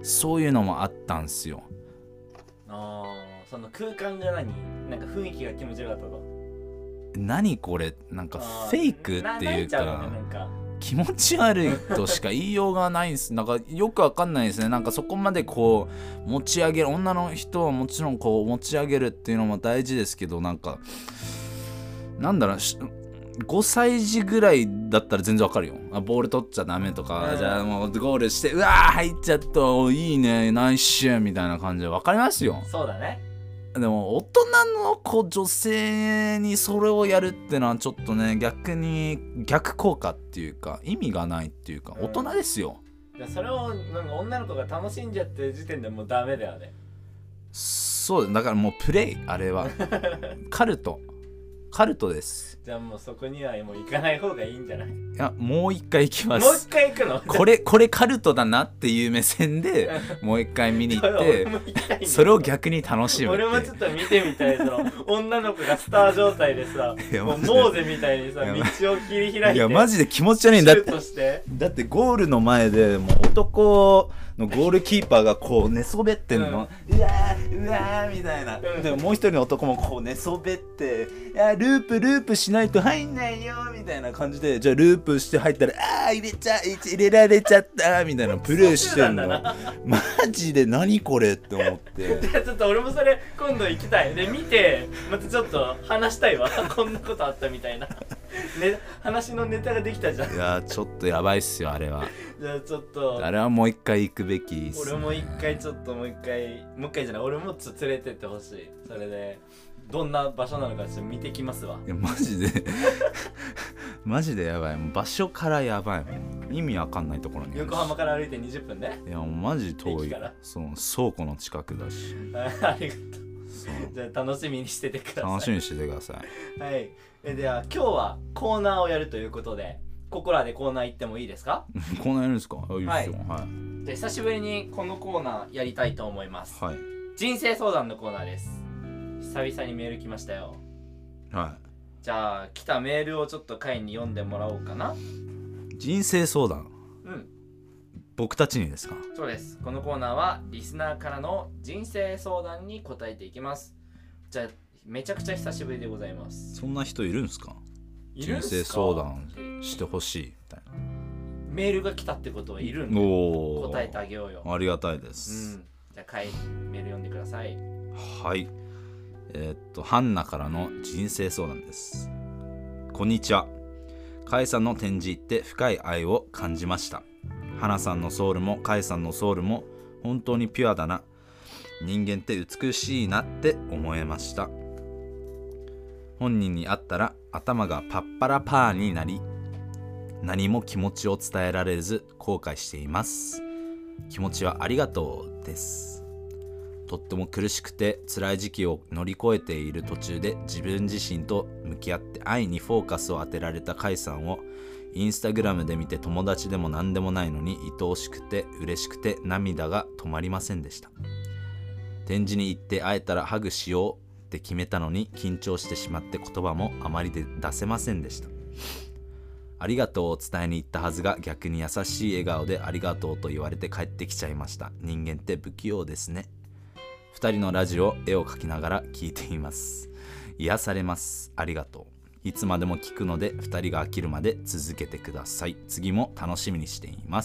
そういうのもあったんすよ。 あー、その空間が何なんか雰囲気が気持ちよかったと。 何これなんかフェイクっていうか、 なんか気持ち悪いとしか言いようがないんです。なんかよくわかんないですね。なんかそこまでこう持ち上げる、女の人はもちろんこう持ち上げるっていうのも大事ですけど、なんかなんだろう、ごさい児ぐらいだったら全然わかるよ。あ、ボール取っちゃダメとか、うん、じゃあもうゴールしてうわー入っちゃった、いいねナイスシューみたいな感じでわかりますよ。 そうだね。 でも大人の子女性にそれをやるってのはちょっとね、逆に逆効果っていうか意味がないっていうか、大人ですよ、 うん、それをなんか女の子が楽しんじゃってる時点でもうダメだよね。 そうだからもうプレイ、あれはカルトカルトです。 じゃあもうそこにはもう行かない方がいいんじゃない？いや、もう一回行きます。 もう一回行くの？ これこれカルトだなっていう目線でもう一回見に行ってそれを逆に楽しむって。 俺もちょっと見てみたい。その女の子がスター状態でさ、もうモーゼみたいにさ道を切り開いて、 いやマジで気持ち悪いんだって。 シュートして、 だってゴールの前でもう男のゴールキーパーがこう寝そべってんの、うん、うわーうわーみたいな、うん、でももう一人の男もこう寝そべって、いやループループしないと入んないよみたいな感じで、じゃあループして入ったらあー入れちゃ入れられちゃったみたいなプレーしてんのマジで何これって思って。 じゃあちょっと俺もそれ今度行きたいで、見てまたちょっと話したいわこんなことあったみたいな、ね、話のネタができたじゃん。 いやちょっとやばいっすよあれは。 じゃあちょっとあれはもう一回行くべきっすね。 俺も一回ちょっともう一回もう一回じゃない、俺もちょっと連れてってほしい。それでどんな場所なのかちょっと見てきますわ。 いやマジでマジでやばい、もう場所からやばい、意味わかんないところにあるし、 横浜から歩いてにじゅっぷんで、 いやもうマジ遠い、その倉庫の近くだしありがとう。じゃあ楽しみにしててください。 楽しみにしててください。 はい。えでは今日はコーナーをやるということで、ここらでコーナー行ってもいいですか？ コーナーやるんですか？あ、いいですよ。 はい。じゃあ久しぶりにこのコーナーやりたいと思います。 はい。 人生相談のコーナーです。久々にメール来ましたよ。 はい。 じゃあ来たメールをちょっと会に読んでもらおうかな。 人生相談。 うん。 僕たちにですか？ そうです。このコーナーはリスナーからの人生相談に答えていきます。じゃあめちゃくちゃ久しぶりでございます。 そんな人いるんですか？ いるんすか？ 人生相談してほしいみたいなメールが来たってことはいるんで、 お答えてあげようよ。 ありがたいです、 うん、じゃあ会メール読んでください。 はい。えー、っとハンナからの人生相談です。こんにちは。カイさんの展示って深い愛を感じました。ハナさんのソウルもカイさんのソウルも本当にピュアだな。人間って美しいなって思えました。本人に会ったら頭がパッパラパーになり、何も気持ちを伝えられず後悔しています。気持ちはありがとうです。とっても苦しくて辛い時期を乗り越えている途中で自分自身と向き合って愛にフォーカスを当てられたカイさんをインスタグラムで見て、友達でも何でもないのに愛おしくて嬉しくて涙が止まりませんでした。展示に行って会えたらハグしようって決めたのに緊張してしまって言葉もあまりで出せませんでした。ありがとうを伝えに行ったはずが逆に優しい笑顔でありがとうと言われて帰ってきちゃいました。人間って不器用ですね。二人のラジオ、絵を描きながら聞いています。癒されます。ありがとう。いつまでも聞くので二人が飽きるまで続けてください。次も楽しみにしています。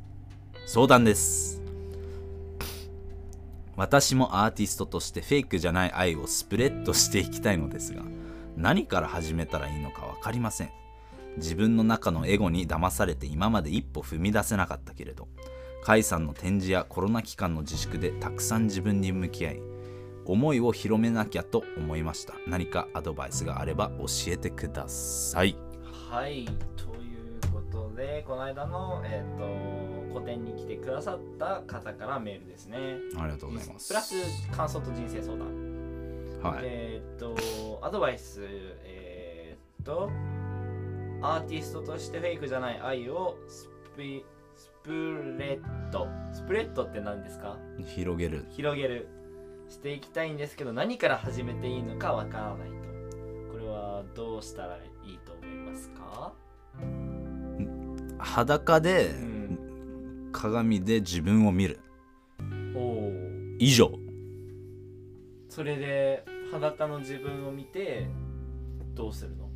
相談です。私もアーティストとしてフェイクじゃない愛をスプレッドしていきたいのですが、何から始めたらいいのか分かりません。自分の中のエゴに騙されて今まで一歩踏み出せなかったけれど、カイさんの展示やコロナ期間の自粛でたくさん自分に向き合い、思いを広めなきゃと思いました。何かアドバイスがあれば教えてください。 はい、ということでこの間の、えー、と個展に来てくださった方からメールですね。 ありがとうございます。 プラス感想と人生相談、 はい、 えっ、ー、とアドバイス、えっ、ー、とアーティストとしてフェイクじゃない愛をスピスプレッドスプレッドって何ですか？ 広げる広げるしていきたいんですけど、何から始めていいのかわからないと。これはどうしたらいいと思いますか？ 裸で、 うん、 鏡で自分を見る。 おー、 以上。 それで裸の自分を見てどうするの？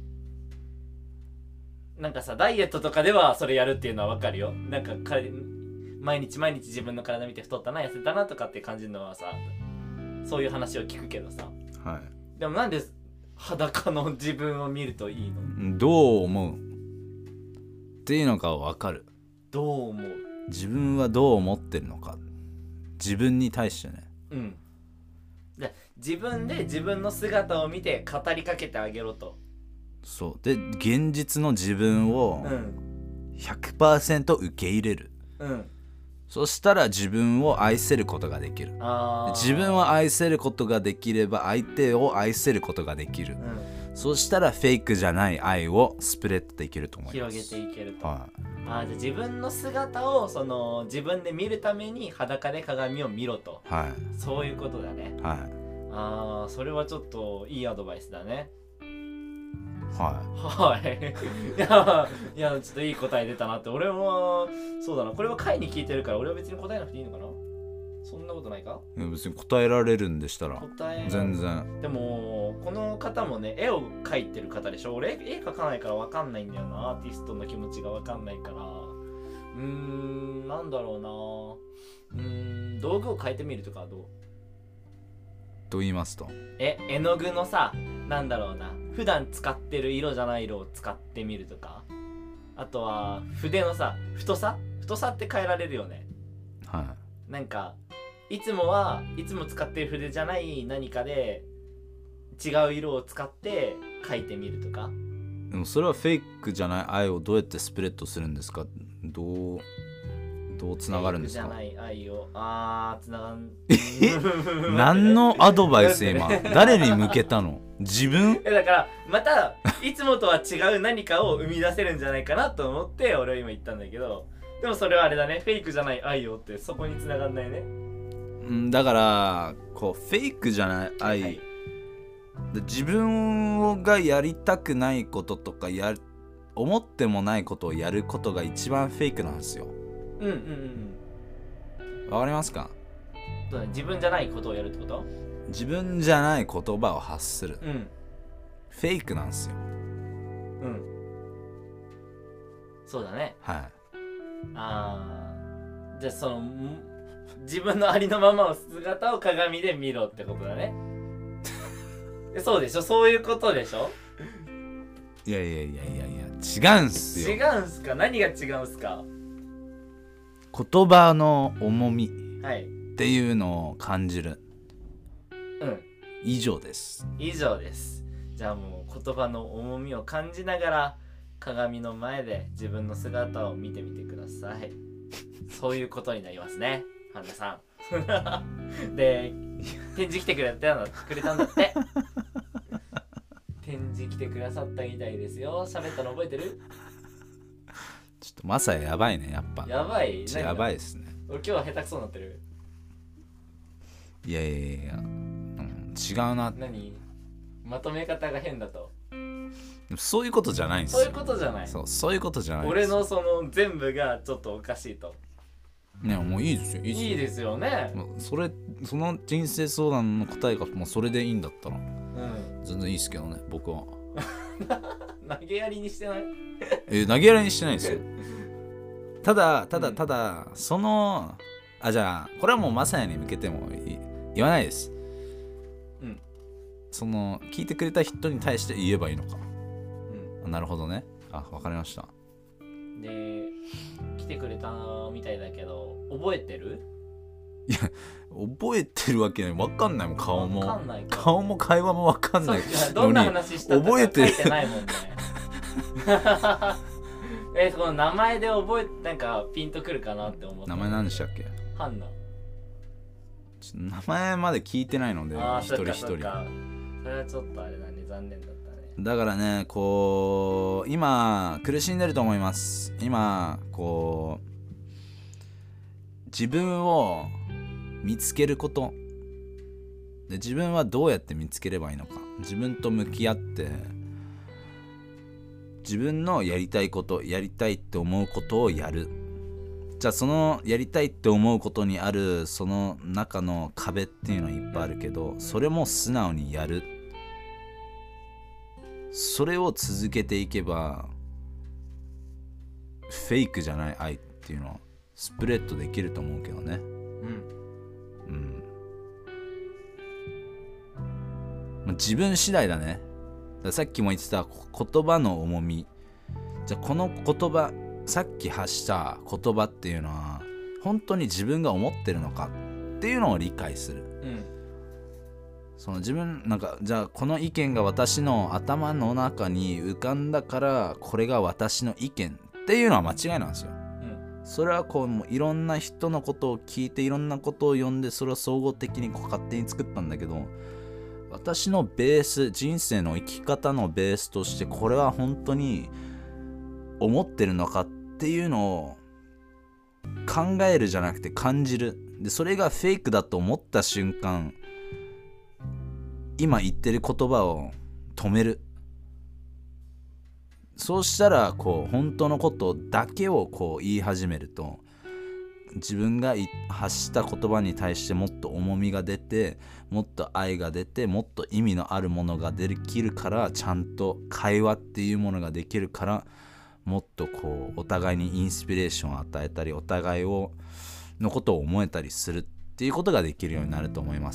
なんかさ、ダイエットとかではそれやるっていうのはわかるよ。なんかか毎日毎日自分の体見て太ったな、痩せたなとかって感じるのはさ、そういう話を聞くけどさ、 はでもなんで裸の自分を見るといいの？ い。どう思うっていうのか分かる。 どう思う？ 自分はどう思ってるのか、自分に対してね。 うん。で自分で自分の姿を見て語りかけてあげろと。 そうで、現実の自分をうんひゃくパーセント 受け入れる。 うん。 そしたら自分を愛せることができる。 あー、 自分を愛せることができれば相手を愛せることができる。 うん、 そしたらフェイクじゃない愛をスプレッドできると思います。 広げていけると。 はあー、じゃあ自分の姿をその自分で見るために裸で鏡を見ろと。 いはいそういうことだね。 はいああ、それはちょっといいアドバイスだね。 ははいいやいや、ちょっといい答え出たなって。俺もそうだな、これは回に聞いてるから俺は別に答えなくていいのかな。そんなことないか。 い。別に答えられるんでしたら答え全然。 でもこの方もね、絵を描いてる方でしょ。俺絵描かないから分かんないんだよな。アーティストの気持ちが分かんないから。うーん、なんだろうな。うーん、道具を変えてみるとかはどう？ と言いますと、 え、絵の具のさ、なんだろうな、普段使ってる色じゃない色を使ってみるとか、あとは筆のさ、太さ太さって変えられるよね。 はなんかいつもはいつも使ってる筆じゃない何かで違う色を使って描いてみるとか。 い。でもそれはフェイクじゃない愛をどうやってスプレッドするんですか？どうどうつながるんですか？ フェイクじゃない愛を、あー、つながん何のアドバイス今誰に向けたの？自分？ え、だからまたいつもとは違う何かを生み出せるんじゃないかなと思って俺は今言ったんだけど、でもそれはあれだね、フェイクじゃない愛をってそこに繋がんないね。 んだからこうフェイクじゃない愛、 はい、 で自分がやりたくないこととかや思ってもないことをやることが一番フェイクなんですよ。 うんうんうんうん。 わかりますか？ そうだね、自分じゃないことをやるってこと？ 自分じゃない言葉を発する、 うん。 フェイクなんですよ。 うん。そうだね。 はい。 あー、じゃあその自分のありのままの姿を鏡で見ろってことだね。そうでしょ、そういうことでしょ。 いやいやいやいやいや違うんすよ。 違うんすか？何が違うんすか？ 言葉の重みはい。 っていうのを感じる。 うん。 以上です。 以上です。じゃあもう言葉の重みを感じながら鏡の前で自分の姿を見てみてください。そういうことになりますね、ハンナさん。で、展示来てくれたんだくれたんだって。展示来てくださったみたいですよ。喋ったの覚えてる？ ちょっとマサヤやばいね、やっぱ。 やばい。 やばいですね。 俺今日は下手くそになってる。 いやいやいや、うん、違うな。 何？まとめ方が変だと。 そういうことじゃないんですよ。 そういうことじゃない。 そう、そういうことじゃないんで俺すよ。 のその全部がちょっとおかしいと。 ね、もういいですよ。いいですよ。 いいですよね。 もうそれ、その人生相談の答えがもうそれでいいんだったら、 うん。 全然いいですけどね、僕は。 投げやりにしてない？ え、投げやりにしてないですよ。ただ、ただ、ただ、うん、その、あ、じゃあ、これはもうマサヤに向けても言わないです。 うん。 その、聞いてくれた人に対して言えばいいのか。 うん。 なるほどね。あ、わかりました。 で、来てくれたみたいだけど、覚えてる？ いや、覚えてるわけない。わかんないもん、顔も。 わかんないか。 顔も会話もわかんない。 どんな話したか書いてないもんね。え、この名前で覚え、なんかピンとくるかなって思って。 名前何でしたっけ？ ハンナ。 名前まで聞いてないので、一人一人。 それはちょっとあれだね、残念だったね。 だからね、こう、今、苦しんでると思います。今、こう、自分を見つけることで自分はどうやって見つければいいのか、自分と向き合って自分のやりたいこと、やりたいって思うことをやる。じゃあそのやりたいって思うことにあるその中の壁っていうのはいっぱいあるけど、それも素直にやる。それを続けていけばフェイクじゃない愛っていうのはスプレッドできると思うけどね。うんうん。自分次第だね。ださっきも言ってた言葉の重み。じゃあこの言葉、さっき発した言葉っていうのは本当に自分が思ってるのかっていうのを理解する。うん、その自分なんかじゃあこの意見が私の頭の中に浮かんだからこれが私の意見っていうのは間違いなんですよ。うん、それはこうもういろんな人のことを聞いていろんなことを読んでそれを総合的にこう勝手に作ったんだけど、私のベース、人生の生き方のベースとしてこれは本当に思ってるのかっていうのを考えるじゃなくて感じる。でそれがフェイクだと思った瞬間、今言ってる言葉を止める。そうしたらこう本当のことだけをこう言い始めると、自分が発した言葉に対してもっと重みが出て、もっと愛が出て、もっと意味のあるものができるから、ちゃんと会話っていうものができるから、もっとこうお互いにインスピレーションを与えたり、お互いをのことを思えたりするっていうことができるようになると思います。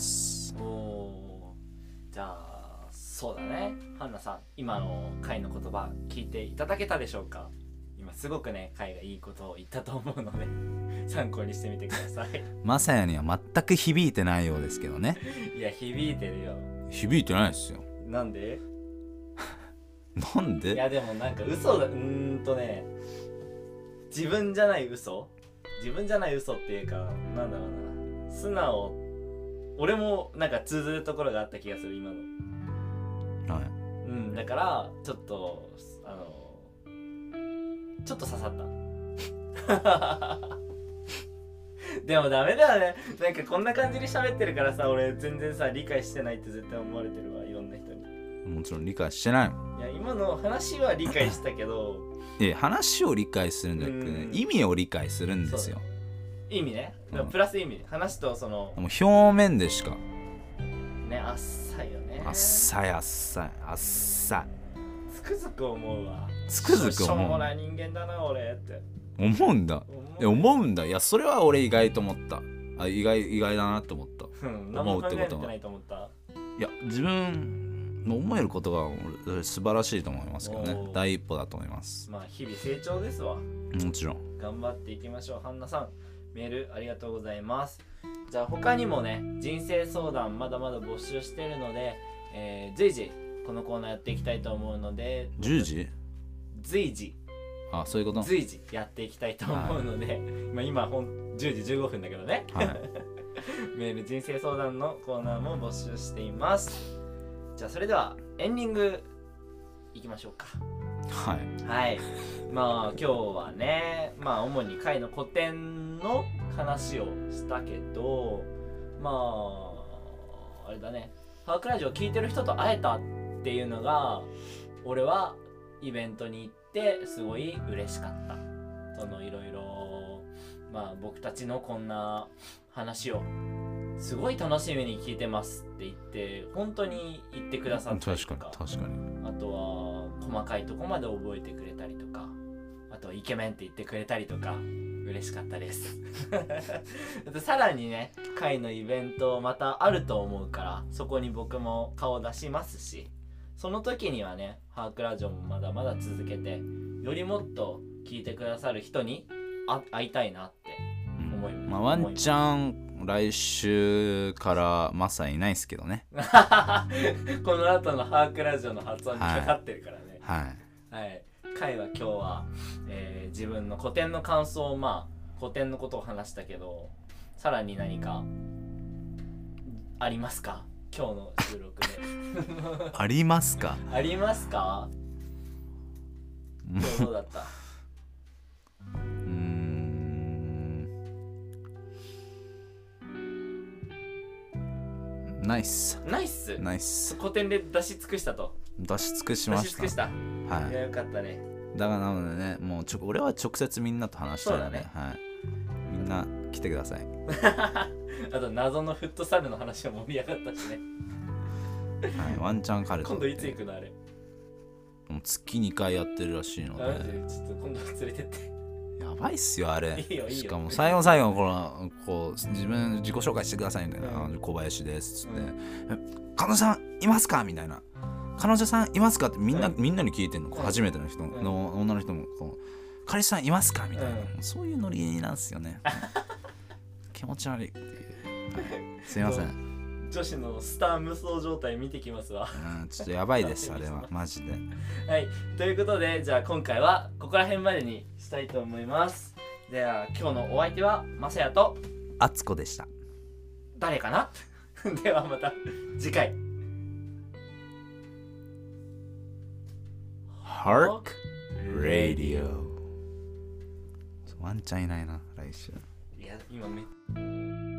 おー、じゃあそうだね。ハンナさん、今の回の言葉聞いていただけたでしょうか。今すごくね、回がいいことを言ったと思うので参考にしてみてください。 マサヤには全く響いてないようですけどね。 いや響いてるよ。 響いてないですよ。 なんでなんで。 いやでもなんか嘘だ、うーんとね、自分じゃない嘘自分じゃない嘘っていうか、なんだろうな、素直、俺もなんか通ずるところがあった気がする今の。はい。うん、だからちょっとあのちょっと刺さったでもダメだよね。なんかこんな感じに喋ってるからさ、俺全然さ理解してないって絶対思われてるわ、いろんな人に。 もちろん理解してない。 いや今の話は理解したけどいや話を理解するんじゃなくて、ね、意味を理解するんですよ。 意味ね。プラス意味、話とそのもう表面でしかね、あっさいよね。 あっさいあっさいあっさい。 つくづく思うわ。 つくづく思う。 しょうもない人間だな俺って思うんだ。いや思うんだ。いやそれは俺意外と思った。あ意外意外だなと思った。 うん、何も考えてないと思った。 いや自分の思えることが素晴らしいと思いますけどね。第一歩だと思います。 まあ日々成長ですわ。 もちろん。 頑張っていきましょう。ハンナさんメールありがとうございます。じゃあ他にもね人生相談まだまだ募集してるので、えー、随時このコーナーやっていきたいと思うので。じゅうじ随時あそういうこと随時やっていきたいと思うので、はい、まあ今ほんじゅうじじゅうごふんだけどね、はい、メール人生相談のコーナーも募集しています。じゃあそれではエンディングいきましょうか。 はいはい。まあ今日はね、まあ主に回の古典の話をしたけど、まああれだね、ハークラジオ聞いてる人と会えたっていうのが俺はイベントに行ってすごい嬉しかった。そのいろいろまあ僕たちのこんな話をすごい楽しみに聞いてますって言って本当に言ってくださったりとか、 確かに確かに、 あとは細かいとこまで覚えてくれたりとか、あとはイケメンって言ってくれたりとか嬉しかったですさらにね会のイベントまたあると思うから、そこに僕も顔出しますし、その時にはねハークラジオもまだまだ続けて、よりもっと聞いてくださる人に会いたいなって思います、 うん、まあワンチャン来週からマサいないですけどねこの後のハークラジオの発音にかかってるからね。 はい、 はい、会は今日は、えー、自分の古典の感想をまあ古典のことを話したけど、さらに何かありますか今日の収録でありますかありますか今日どうだったうーんナイスナイスナイス古典で出し尽くしたと。 出し尽くしました。 出し尽くした。 はい。 いやよかったね。 だからなのでね、もうちょ俺は直接みんなと話したいので、ね、はい。みんな来てください。 あと謎のフットサルの話も盛り上がったしね。 はい、ワンチャンカルト。 今度いつ行くのあれ？ もう月にかいやってるらしいので。 ちょっと今度連れてって。 やばいっすよあれ。 いいよいいよ。 しかも最後最後このこう自分自己紹介してくださいみたいな、うん、小林ですっつって、うん、彼女さんいますかみたいな、彼女さんいますかってみんな、うん、みんなに聞いてんの、うん、初めての人の、うん、女の人もこう彼氏さんいますかみたいな、うん、そういうノリなんですよね。気持ち悪いっていう、はい、すいません。 女子のスター無双状態見てきますわ。 うん、ちょっとやばいですあれはマジで。 はい、ということでじゃあ今回はここら辺までにしたいと思います。では今日のお相手はまさやとあつこでした。 誰かな。ではまた次回。 Hark Radio。ワンチャンいないな来週。 いや今め